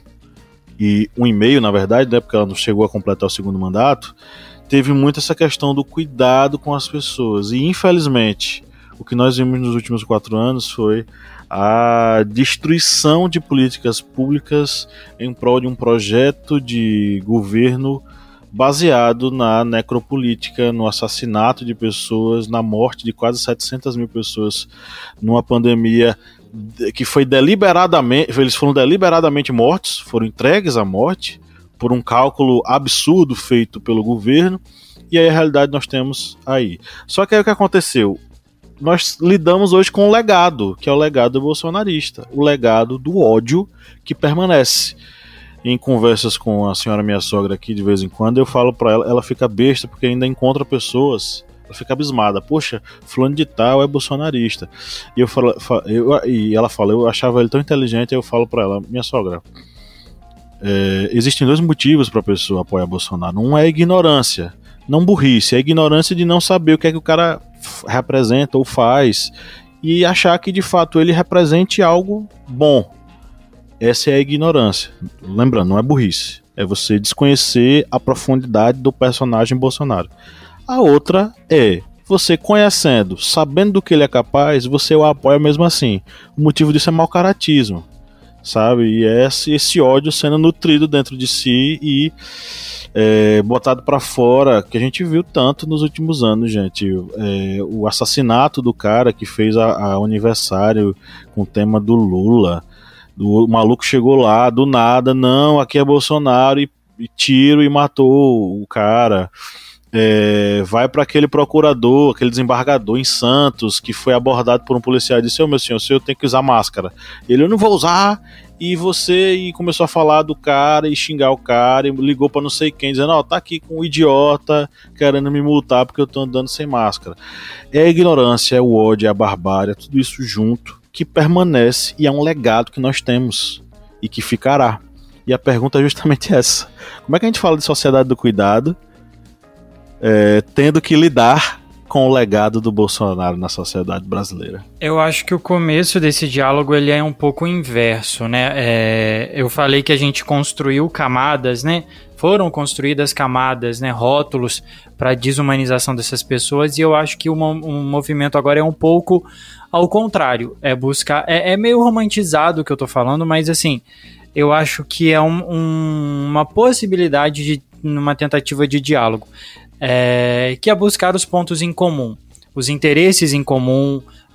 e um e meio na verdade, né, porque ela não chegou a completar o segundo mandato, teve muito essa questão do cuidado com as pessoas. E infelizmente, o que nós vimos nos últimos quatro anos foi a destruição de políticas públicas em prol de um projeto de governo baseado na necropolítica, no assassinato de pessoas, na morte de quase setecentas mil pessoas numa pandemia que foi deliberadamente, eles foram deliberadamente mortos, foram entregues à morte por um cálculo absurdo feito pelo governo, e aí a realidade nós temos aí. Só que aí o que aconteceu? Nós lidamos hoje com um legado, que é o legado bolsonarista, o legado do ódio que permanece. Em conversas com a senhora minha sogra aqui de vez em quando, eu falo pra ela, ela fica besta porque ainda encontra pessoas, ela fica abismada, poxa, fulano de tal é bolsonarista. E, eu falo, eu, e ela fala, eu achava ele tão inteligente, eu falo pra ela, minha sogra, é, existem dois motivos pra pessoa apoiar Bolsonaro. Um é a ignorância, não burrice, é a ignorância de não saber o que é que o cara representa ou faz e achar que de fato ele represente algo bom. Essa é a ignorância. Lembrando, não é burrice, é você desconhecer a profundidade do personagem Bolsonaro. A outra é você conhecendo, sabendo do que ele é capaz, você o apoia mesmo assim. O motivo disso é mau caratismo, sabe? E é esse, esse ódio sendo nutrido dentro de si e É, botado pra fora, que a gente viu tanto nos últimos anos, gente. É, o assassinato do cara que fez a, a aniversário com o tema do Lula. Do, o maluco chegou lá, do nada, não, aqui é Bolsonaro, e, e tiro e matou o cara. É, vai para aquele procurador, aquele desembargador em Santos, que foi abordado por um policial e disse, ô meu senhor, o senhor tem que usar máscara. Ele, eu não vou usar. E você e começou a falar do cara e xingar o cara, e ligou pra não sei quem, dizendo, ó, oh, tá aqui com um idiota querendo me multar porque eu tô andando sem máscara. É a ignorância, é o ódio, é a barbárie, é tudo isso junto que permanece e é um legado que nós temos e que ficará. E a pergunta é justamente essa. Como é que a gente fala de sociedade do cuidado, é, tendo que lidar com o legado do Bolsonaro na sociedade brasileira? Eu acho que o começo desse diálogo ele é um pouco inverso, né? É, eu falei que a gente construiu camadas, né? Foram construídas camadas, né? Rótulos para a desumanização dessas pessoas, e eu acho que o, o movimento agora é um pouco ao contrário. É buscar... É, é meio romantizado o que eu tô falando, mas assim, eu acho que é um, um, uma possibilidade de uma tentativa de diálogo. É, que é buscar os pontos em comum, os interesses em comum,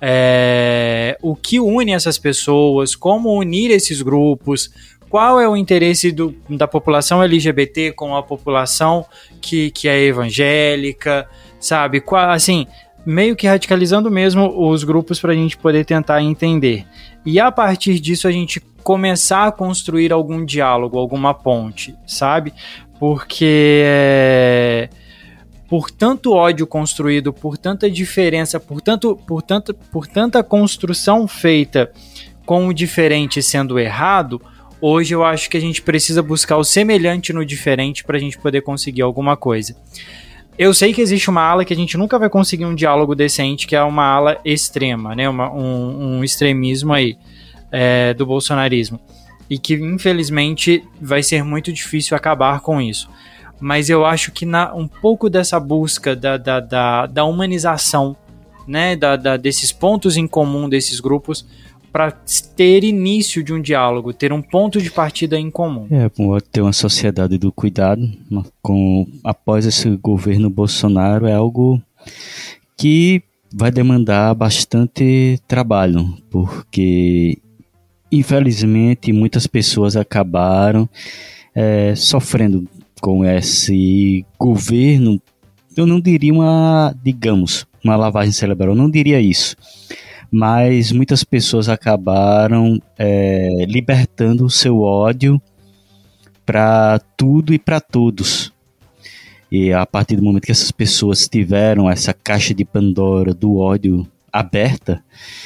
é, o que une essas pessoas, como unir esses grupos, qual é o interesse do, da população L G B T com a população que, que é evangélica, sabe? Qual, assim, meio que radicalizando mesmo os grupos para a gente poder tentar entender. E a partir disso a gente começar a construir algum diálogo, alguma ponte, sabe? Porque é, por tanto ódio construído, por tanta diferença, por, tanto, por, tanto, por tanta construção feita com o diferente sendo errado, hoje eu acho que a gente precisa buscar o semelhante no diferente para a gente poder conseguir alguma coisa. Eu sei que existe uma ala que a gente nunca vai conseguir um diálogo decente, que é uma ala extrema, né? Uma, um, um extremismo aí é, do bolsonarismo. E que, infelizmente, vai ser muito difícil acabar com isso. Mas eu acho que na, um pouco dessa busca da, da, da, da humanização, né? Da, da, desses pontos em comum desses grupos, para ter início de um diálogo, ter um ponto de partida em comum. É, ter uma sociedade do cuidado com, após esse governo Bolsonaro é algo que vai demandar bastante trabalho, porque infelizmente muitas pessoas acabaram é, sofrendo com esse governo. Eu não diria uma, digamos, uma lavagem cerebral, eu não diria isso. Mas muitas pessoas acabaram é, libertando o seu ódio para tudo e para todos. E a partir do momento que essas pessoas tiveram essa caixa de Pandora do ódio aberta,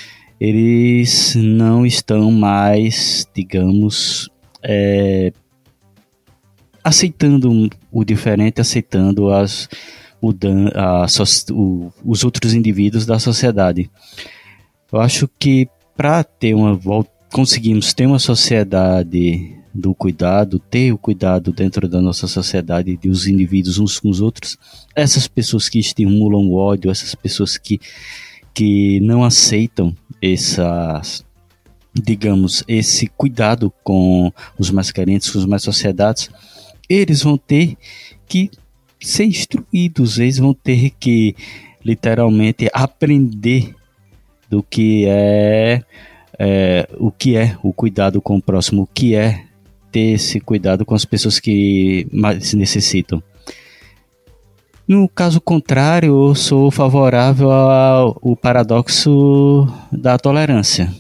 eles não estão mais, digamos, é, aceitando o diferente, aceitando as, o, a, o, os outros indivíduos da sociedade. Eu acho que para ter uma conseguimos ter uma sociedade do cuidado, ter o cuidado dentro da nossa sociedade, dos indivíduos uns com os outros, essas pessoas que estimulam o ódio, essas pessoas que, que não aceitam essas, digamos, esse cuidado com os mais carentes, com os mais sociedades, eles vão ter que ser instruídos, eles vão ter que literalmente aprender do que é, é o que é o cuidado com o próximo, o que é ter esse cuidado com as pessoas que mais necessitam. No caso contrário, eu sou favorável ao, ao paradoxo da tolerância.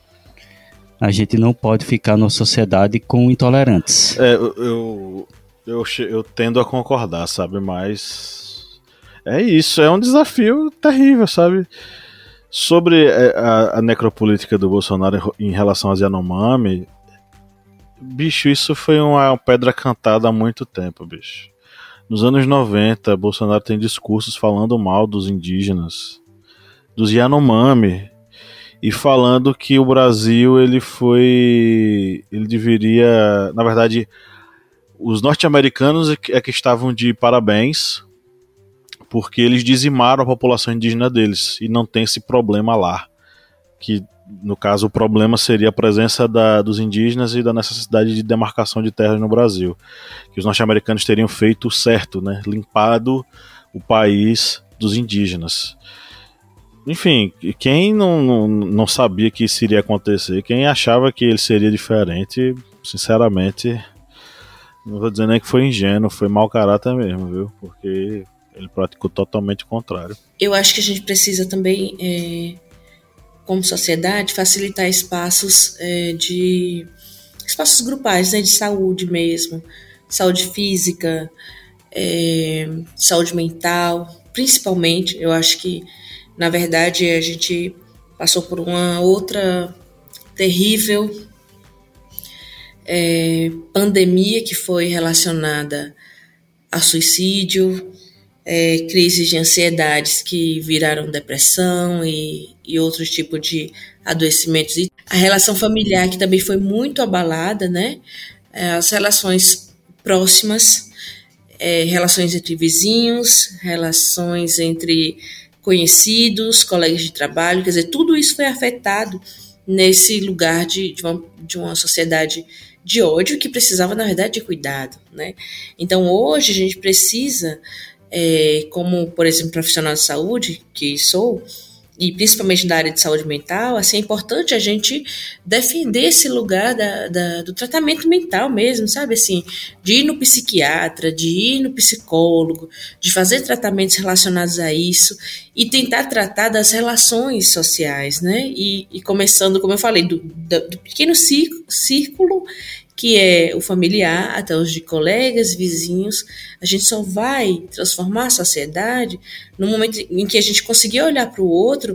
A gente não pode ficar numa sociedade com intolerantes. É, eu, eu, eu, eu tendo a concordar, sabe, mas é isso, é um desafio terrível, sabe? Sobre a, a necropolítica do Bolsonaro em relação aos Yanomami, bicho, isso foi uma pedra cantada há muito tempo, bicho. Nos anos noventa, Bolsonaro tem discursos falando mal dos indígenas, dos Yanomami, e falando que o Brasil, ele foi... ele deveria... Na verdade, os norte-americanos é que estavam de parabéns, porque eles dizimaram a população indígena deles e não tem esse problema lá, que no caso o problema seria a presença da, dos indígenas e da necessidade de demarcação de terras no Brasil, que os norte-americanos teriam feito certo, né, limpado o país dos indígenas. Enfim, quem não, não, não sabia que isso iria acontecer, quem achava que ele seria diferente, sinceramente, não vou dizer nem que foi ingênuo, foi mau caráter mesmo, viu, porque ele praticou totalmente o contrário. Eu acho que a gente precisa também, é, como sociedade, facilitar espaços é, de espaços grupais, né, de saúde mesmo, saúde física, é, saúde mental, principalmente. Eu acho que, na verdade, a gente passou por uma outra terrível é, pandemia que foi relacionada a suicídio, É, crises de ansiedades que viraram depressão e, e outros tipos de adoecimentos. E a relação familiar, que também foi muito abalada, né? As relações próximas, é, relações entre vizinhos, relações entre conhecidos, colegas de trabalho, quer dizer, tudo isso foi afetado nesse lugar de, de, uma, de uma sociedade de ódio que precisava, na verdade, de cuidado, né? Então, hoje, a gente precisa... É, como, por exemplo, profissional de saúde, que sou, e principalmente da área de saúde mental, assim, é importante a gente defender esse lugar da, da, do tratamento mental mesmo, sabe, assim, de ir no psiquiatra, de ir no psicólogo, de fazer tratamentos relacionados a isso e tentar tratar das relações sociais, né, e, e começando, como eu falei, do, do, do pequeno círculo, que é o familiar, até os de colegas, vizinhos. A gente só vai transformar a sociedade no momento em que a gente conseguir olhar para o outro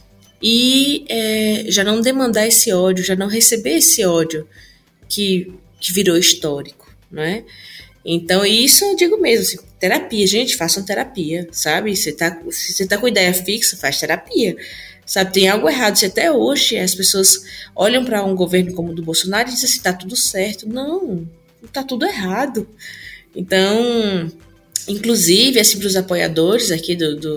e é, já não demandar esse ódio, já não receber esse ódio que, que virou histórico, não é? Então, isso eu digo mesmo, assim, terapia, gente, façam terapia, sabe? Você tá, se você tá com ideia fixa, faz terapia. Sabe, tem algo errado. Se até hoje as pessoas olham para um governo como o do Bolsonaro e dizem assim, tá tudo certo. Não, tá tudo errado. Então, inclusive, assim, para os apoiadores aqui do, do,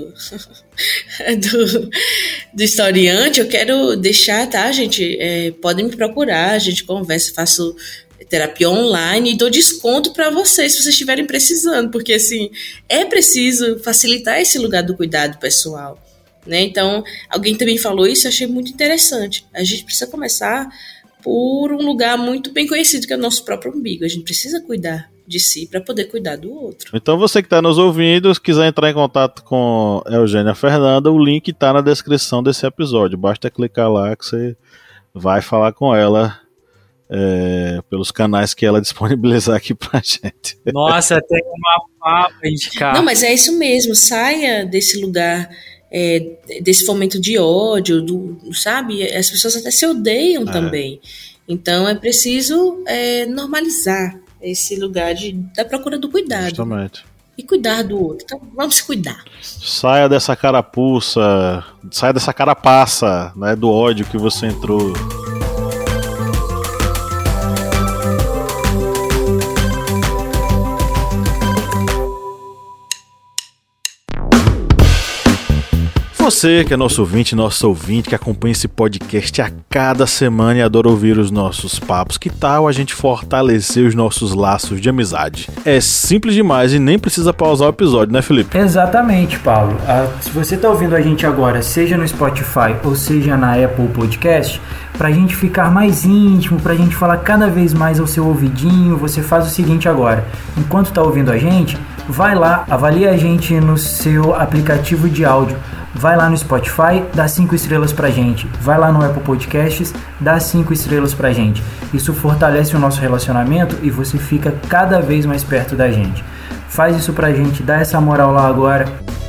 do, do Historiante, eu quero deixar, tá, gente? É, podem me procurar, a gente conversa, faço terapia online e dou desconto para vocês se vocês estiverem precisando, porque, assim, é preciso facilitar esse lugar do cuidado pessoal. Né? Então, alguém também falou isso, eu achei muito interessante. A gente precisa começar por um lugar muito bem conhecido, que é o nosso próprio umbigo. A gente precisa cuidar de si para poder cuidar do outro. Então, você que está nos ouvindo, se quiser entrar em contato com a Eugênia Fernanda, o link está na descrição desse episódio. Basta clicar lá que você vai falar com ela é, pelos canais que ela disponibilizar aqui pra gente. Nossa, tem uma papa indicar. Não, mas é isso mesmo. Saia desse lugar... É, desse fomento de ódio, do, sabe? As pessoas até se odeiam é. também. Então é preciso é, normalizar esse lugar de, da procura do cuidado. Justamente. E cuidar do outro. Então vamos se cuidar. Saia dessa carapuça, saia dessa carapaça, né, do ódio que você entrou. Você que é nosso ouvinte, nosso ouvinte, que acompanha esse podcast a cada semana e adora ouvir os nossos papos, que tal a gente fortalecer os nossos laços de amizade? É simples demais e nem precisa pausar o episódio, né, Felipe? Exatamente, Paulo. Ah, se você está ouvindo a gente agora, seja no Spotify ou seja na Apple Podcast, para a gente ficar mais íntimo, para a gente falar cada vez mais ao seu ouvidinho, você faz o seguinte agora. Enquanto está ouvindo a gente, vai lá, avalia a gente no seu aplicativo de áudio. Vai lá no Spotify, dá cinco estrelas pra gente. Vai lá no Apple Podcasts, dá cinco estrelas pra gente. Isso fortalece o nosso relacionamento e você fica cada vez mais perto da gente. Faz isso pra gente, dá essa moral lá agora.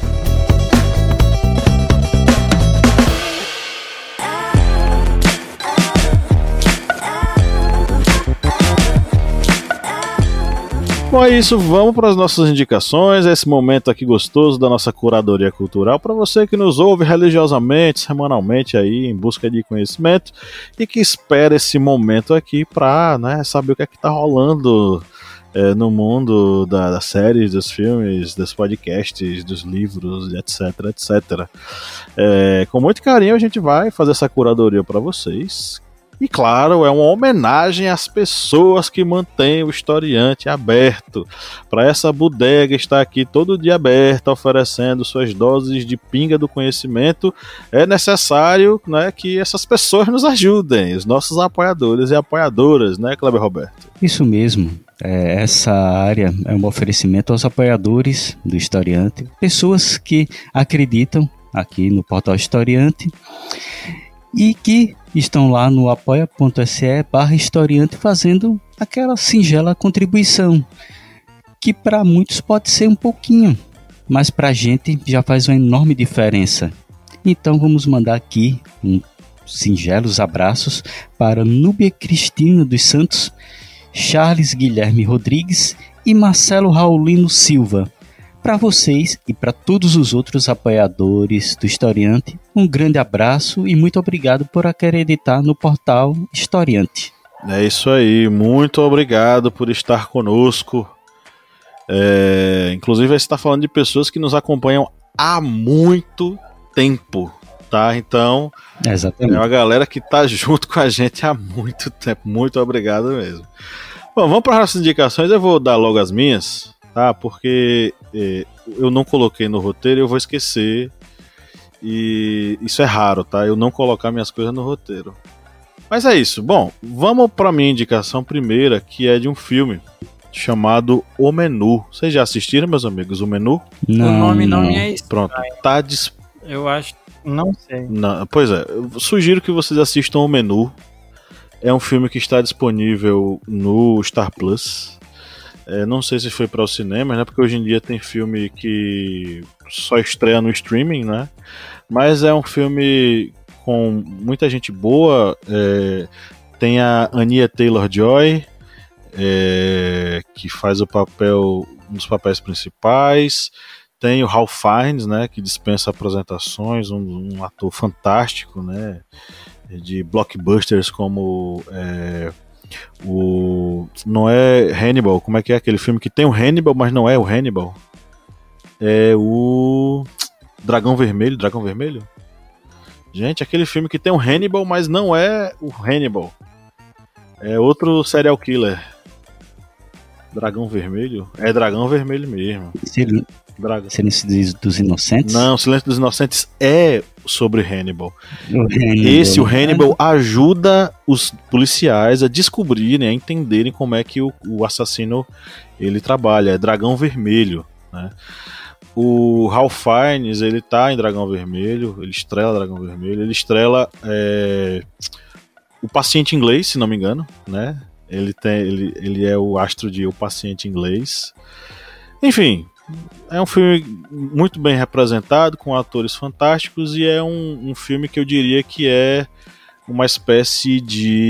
Bom, é isso, vamos para as nossas indicações, esse momento aqui gostoso da nossa curadoria cultural, para você que nos ouve religiosamente, semanalmente aí, em busca de conhecimento, e que espera esse momento aqui para, né, saber o que é que está rolando é, no mundo da, das séries, dos filmes, dos podcasts, dos livros, etc, etcétera. É, com muito carinho a gente vai fazer essa curadoria para vocês. E claro, é uma homenagem às pessoas que mantêm o Historiante aberto. Para essa bodega estar aqui todo dia aberta, oferecendo suas doses de pinga do conhecimento, é necessário, né, que essas pessoas nos ajudem, os nossos apoiadores e apoiadoras, né, Kleber Roberto? Isso mesmo. É, essa área é um oferecimento aos apoiadores do Historiante, pessoas que acreditam aqui no portal Historiante e que estão lá no apoia.se barra historiante fazendo aquela singela contribuição, que para muitos pode ser um pouquinho, mas para a gente já faz uma enorme diferença. Então vamos mandar aqui um singelos abraços para Núbia Cristina dos Santos, Charles Guilherme Rodrigues e Marcelo Raulino Silva. Para vocês e para todos os outros apoiadores do Historiante, um grande abraço e muito obrigado por acreditar no portal Historiante. É isso aí, muito obrigado por estar conosco. É, inclusive, você está falando de pessoas que nos acompanham há muito tempo, tá? Então, exatamente, é uma galera que está junto com a gente há muito tempo. Muito obrigado mesmo. Bom, vamos para as nossas indicações. Eu vou dar logo as minhas, tá? Porque é, eu não coloquei no roteiro e eu vou esquecer. E isso é raro, tá? Eu não colocar minhas coisas no roteiro. Mas é isso. Bom, vamos pra minha indicação primeira, que é de um filme chamado O Menu. Vocês já assistiram, meus amigos, O Menu? Não, o nome não não. me é estranho. Pronto, tá disponível. Eu acho, não sei. Não, pois é, eu sugiro que vocês assistam O Menu. É um filme que está disponível no Star Plus. É, não sei se foi para o cinema, né? Porque hoje em dia tem filme que só estreia no streaming, né? Mas é um filme com muita gente boa. É, tem a Anya Taylor-Joy, é, que faz o papel, um dos papéis principais. Tem o Ralph Fiennes, né, que dispensa apresentações, um, um ator fantástico, né, de blockbusters como é, o... não é Hannibal, como é que é aquele filme que tem o Hannibal, mas não é o Hannibal? É o Dragão Vermelho, Dragão Vermelho? Gente, aquele filme que tem o Hannibal, mas não é o Hannibal. É outro serial killer. Dragão Vermelho? É Dragão Vermelho mesmo. Sil- Dragão. Silêncio dos Inocentes? Não, Silêncio dos Inocentes é sobre Hannibal. O Hannibal. Esse, o Hannibal, ajuda os policiais a descobrirem, a entenderem como é que o, o assassino ele trabalha. É Dragão Vermelho, né? O Ralph Fiennes, ele tá em Dragão Vermelho, ele estrela Dragão Vermelho, ele estrela é, o Paciente Inglês, se não me engano, né? Ele, tem, ele, ele é o astro de O Paciente Inglês. Enfim, é um filme muito bem representado, com atores fantásticos, e é um, um filme que eu diria que é uma espécie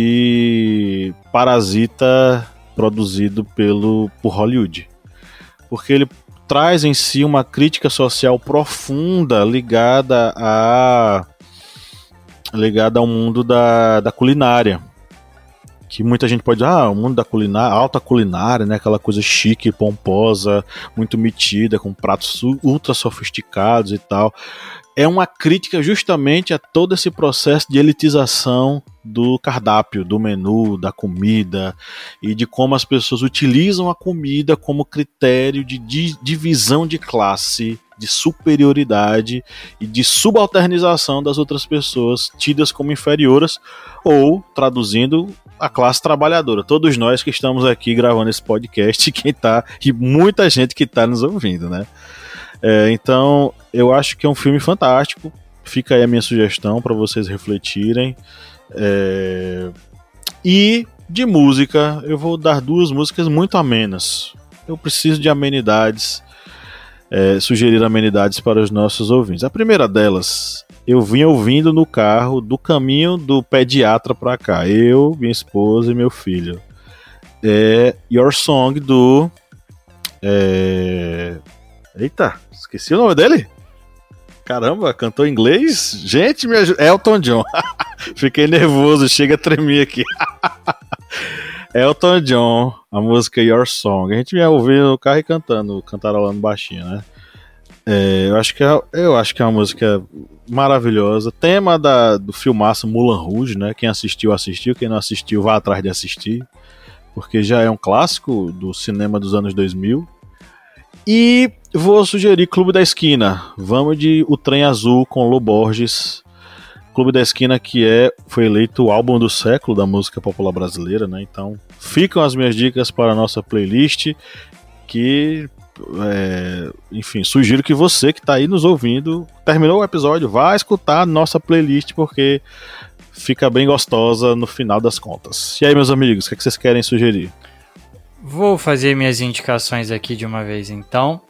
de Parasita produzido pelo, por Hollywood. Porque ele traz em si uma crítica social profunda ligada, a, ligada ao mundo da, da culinária. Que muita gente pode dizer, ah, o mundo da culinária, alta culinária, né, aquela coisa chique, pomposa, muito metida, com pratos ultra sofisticados e tal. É uma crítica justamente a todo esse processo de elitização do cardápio, do menu, da comida, e de como as pessoas utilizam a comida como critério de di- divisão de classe, de superioridade e de subalternização das outras pessoas tidas como inferiores, ou, traduzindo, a classe trabalhadora. Todos nós que estamos aqui gravando esse podcast, quem tá, e muita gente que está nos ouvindo, né? É, então, eu acho que é um filme fantástico. Fica aí a minha sugestão para vocês refletirem. É... E de música, eu vou dar duas músicas muito amenas. Eu preciso de amenidades, é, sugerir amenidades para os nossos ouvintes. A primeira delas, eu vim ouvindo no carro do caminho do pediatra para cá. Eu, minha esposa e meu filho. É Your Song do... É... Eita, esqueci o nome dele? Caramba, cantou em inglês? Gente, me ajuda. Elton John. Fiquei nervoso, chega a tremer aqui. Elton John, a música Your Song. A gente vinha ouvindo no carro e cantando, cantarolando baixinho, né? É, eu, acho que é, eu acho que é uma música maravilhosa. Tema da, do filmaço Moulin Rouge, né? Quem assistiu, assistiu. Quem não assistiu, vá atrás de assistir. Porque já é um clássico do cinema dos anos dois mil. E vou sugerir Clube da Esquina. Vamos de O Trem Azul com Lô Borges. Clube da Esquina, que é, foi eleito o álbum do século da música popular brasileira, né? Então, ficam as minhas dicas para a nossa playlist, que, é, enfim, sugiro que você que está aí nos ouvindo, terminou o episódio, vá escutar a nossa playlist, porque fica bem gostosa no final das contas. E aí, meus amigos, o que, é que vocês querem sugerir? Vou fazer minhas indicações aqui de uma vez, então.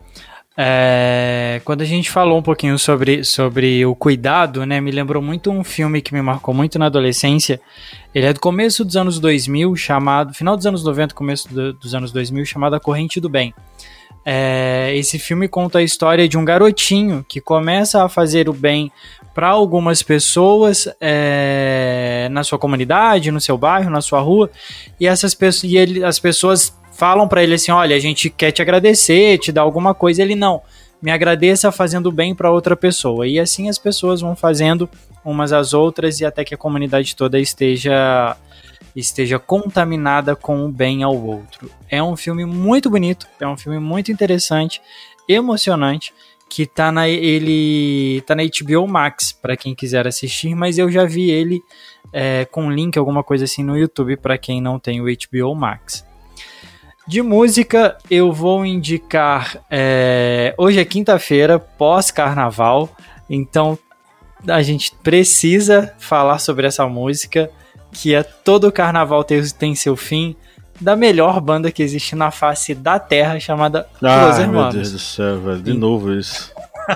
É, quando a gente falou um pouquinho sobre, sobre o cuidado, né, me lembrou muito um filme que me marcou muito na adolescência. Ele é do começo dos anos dois mil, chamado, final dos anos noventa, começo do, dos anos dois mil, chamado A Corrente do Bem. É, esse filme conta a história de um garotinho que começa a fazer o bem para algumas pessoas é, na sua comunidade, no seu bairro, na sua rua, e, essas pessoas, e ele, as pessoas falam para ele assim, olha, a gente quer te agradecer, te dar alguma coisa. Ele, não, me agradeça fazendo bem para outra pessoa. E assim as pessoas vão fazendo umas às outras, e até que a comunidade toda esteja, esteja contaminada com o bem ao outro. É um filme muito bonito, é um filme muito interessante, emocionante, que tá na, ele tá na H B O Max, para quem quiser assistir, mas eu já vi ele é, com link, alguma coisa assim no YouTube, para quem não tem o H B O Max. De música, eu vou indicar, é, hoje é quinta-feira, pós-carnaval, então a gente precisa falar sobre essa música, que é Todo Carnaval Tem, tem Seu Fim, da melhor banda que existe na face da Terra, chamada ah, Los Hermanos. Meu Deus do céu, velho, de novo isso.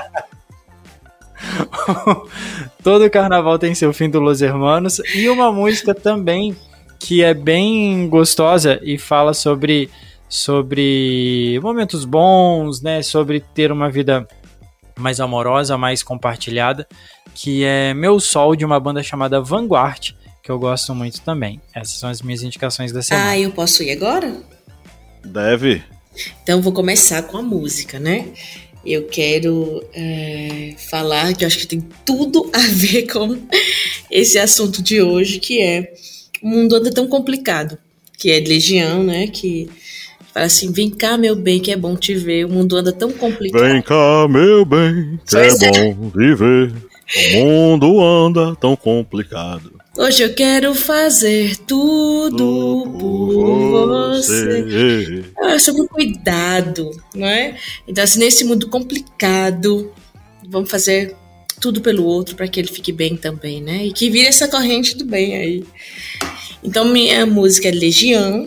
Todo Carnaval Tem Seu Fim, do Los Hermanos, e uma música também que é bem gostosa e fala sobre, sobre momentos bons, né, sobre ter uma vida mais amorosa, mais compartilhada, que é Meu Sol, de uma banda chamada Vanguard, que eu gosto muito também. Essas são as minhas indicações da semana. Ah, eu posso ir agora? Deve. Então vou começar com a música, né? Eu quero é, falar que eu acho que tem tudo a ver com esse assunto de hoje, que é o mundo anda tão complicado, que é de Legião, né? Que fala assim, vem cá, meu bem, que é bom te ver, o mundo anda tão complicado. Vem cá, meu bem, que Pois é é. bom viver, o mundo anda tão complicado. Hoje eu quero fazer tudo por você. É sobre o cuidado, não é? Então, assim, nesse mundo complicado, vamos fazer tudo pelo outro para que ele fique bem também, né? E que vire essa corrente do bem aí. Então, minha música é Legião.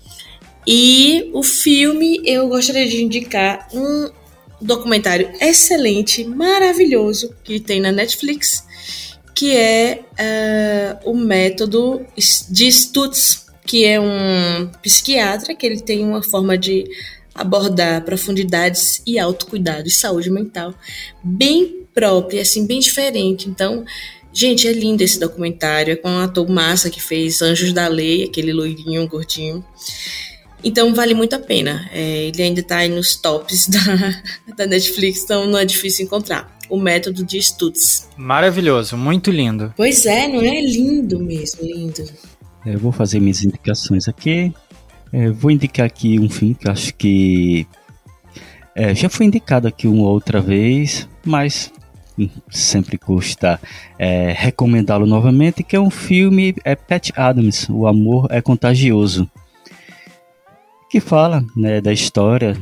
E o filme, eu gostaria de indicar um documentário excelente, maravilhoso, que tem na Netflix, que é uh, o método de Stutz, que é um psiquiatra, que ele tem uma forma de abordar profundidades e autocuidado e saúde mental bem própria, assim, bem diferente. Então, gente, é lindo esse documentário, é com um ator massa que fez Anjos da Lei, aquele loirinho, gordinho. Então vale muito a pena. É, ele ainda está aí nos tops da, da Netflix, então não é difícil encontrar. O método de Stutz. Maravilhoso, muito lindo. Pois é, não é? Lindo mesmo, lindo. Eu vou fazer minhas indicações aqui. Eu vou indicar aqui um filme que eu acho que é, já foi indicado aqui uma outra vez, mas sempre custa é, recomendá-lo novamente, que é um filme, é Patch Adams, O Amor é Contagioso, que fala, né, da história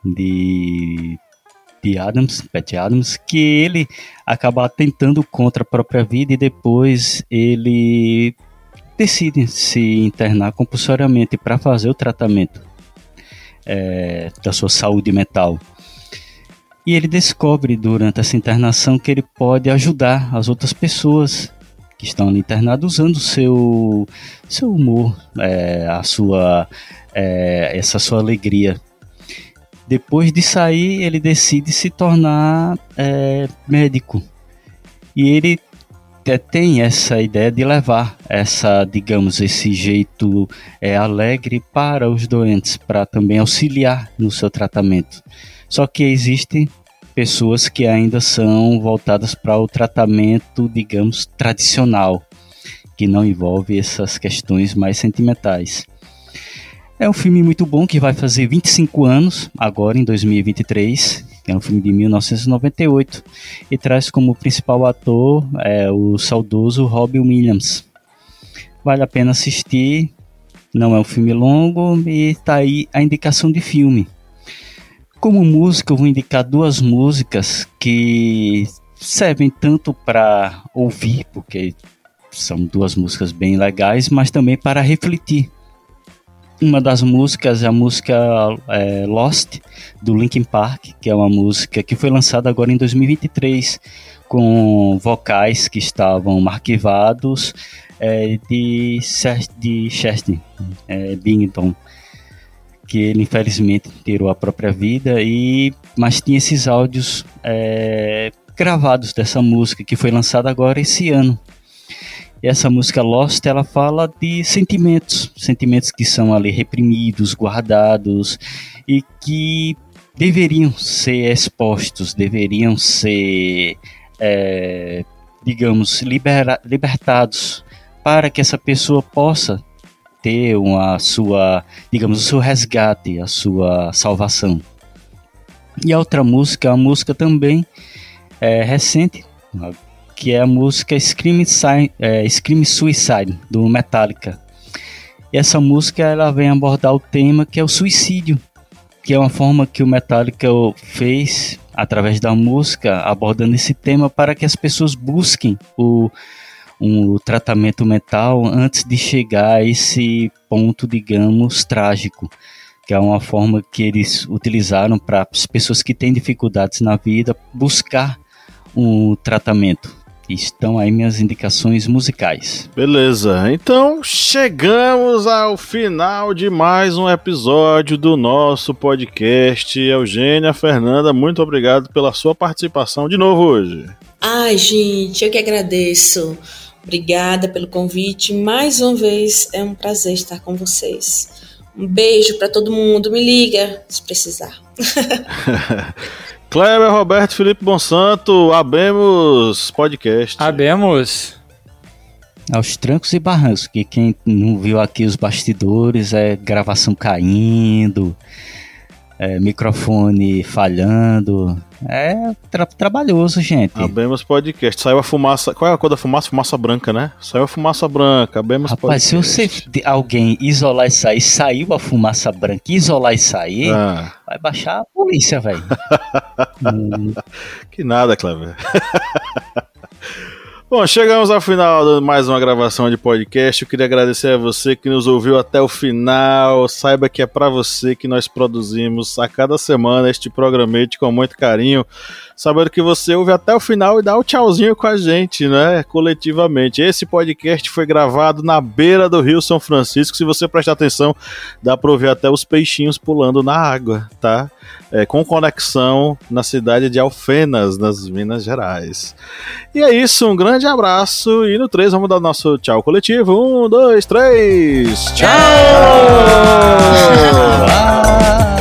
de, de Adams, Patch Adams, que ele acaba tentando contra a própria vida e depois ele decide se internar compulsoriamente para fazer o tratamento é, da sua saúde mental. E ele descobre durante essa internação que ele pode ajudar as outras pessoas que estão ali internadas usando o seu, seu humor, é, a sua... É, essa sua alegria. Depois de sair, ele decide se tornar é, médico. E ele é, tem essa ideia de levar essa, digamos, esse jeito é, alegre para os doentes, para também auxiliar no seu tratamento. Só que existem pessoas que ainda são voltadas para o tratamento, digamos, tradicional, que não envolve essas questões mais sentimentais. É um filme muito bom que vai fazer vinte e cinco anos, agora em dois mil e vinte e três. É um filme de mil novecentos e noventa e oito e traz como principal ator é, o saudoso Robin Williams. Vale a pena assistir, não é um filme longo e está aí a indicação de filme. Como música, eu vou indicar duas músicas que servem tanto para ouvir, porque são duas músicas bem legais, mas também para refletir. Uma das músicas é a música é, Lost, do Linkin Park, que é uma música que foi lançada agora em dois mil e vinte e três, com vocais que estavam arquivados é, de, de Chester é, Bennington, que ele infelizmente tirou a própria vida, e, mas tinha esses áudios é, gravados dessa música, que foi lançada agora esse ano. E essa música Lost, ela fala de sentimentos, sentimentos que são ali reprimidos, guardados e que deveriam ser expostos, deveriam ser, é, digamos, libera- libertados para que essa pessoa possa ter uma sua, digamos, o seu resgate, a sua salvação. E a outra música, a música também é recente, que é a música Scream, é, Scream Suicide, do Metallica. E essa música ela vem abordar o tema que é o suicídio, que é uma forma que o Metallica fez através da música, abordando esse tema para que as pessoas busquem o, um, o tratamento mental antes de chegar a esse ponto, digamos, trágico, que é uma forma que eles utilizaram para as pessoas que têm dificuldades na vida buscar um tratamento. Estão aí minhas indicações musicais. Beleza, então chegamos ao final de mais um episódio do nosso podcast. Eugênia, Fernanda, muito obrigado pela sua participação de novo hoje. Ai, gente, eu que agradeço. Obrigada pelo convite. Mais uma vez, é um prazer estar com vocês. Um beijo para todo mundo. Me liga se precisar. Kleber, Roberto, Felipe Monsanto, abemos podcast. Abemos. Aos trancos e barrancos, que quem não viu aqui os bastidores é gravação caindo, é microfone falhando, é tra- trabalhoso, gente. Abemos podcast, saiu a fumaça, qual é a cor da fumaça? Fumaça branca, né? Saiu a fumaça branca, abemos Rapaz, podcast. se você alguém isolar e sair, saiu a fumaça branca, isolar e sair, ah. vai baixar a polícia, velho. hum. Que nada, Cleber. Bom, chegamos ao final de mais uma gravação de podcast. Eu queria agradecer a você que nos ouviu até o final. Saiba que é para você que nós produzimos a cada semana este programete com muito carinho, sabendo que você ouve até o final e dá o tchauzinho com a gente, né, coletivamente. Esse podcast foi gravado na beira do Rio São Francisco. Se você prestar atenção, dá para ouvir até os peixinhos pulando na água, tá? É, com conexão na cidade de Alfenas, nas Minas Gerais. E é isso, um grande abraço e no três vamos dar nosso tchau coletivo. Um, dois, três, tchau! Tchau!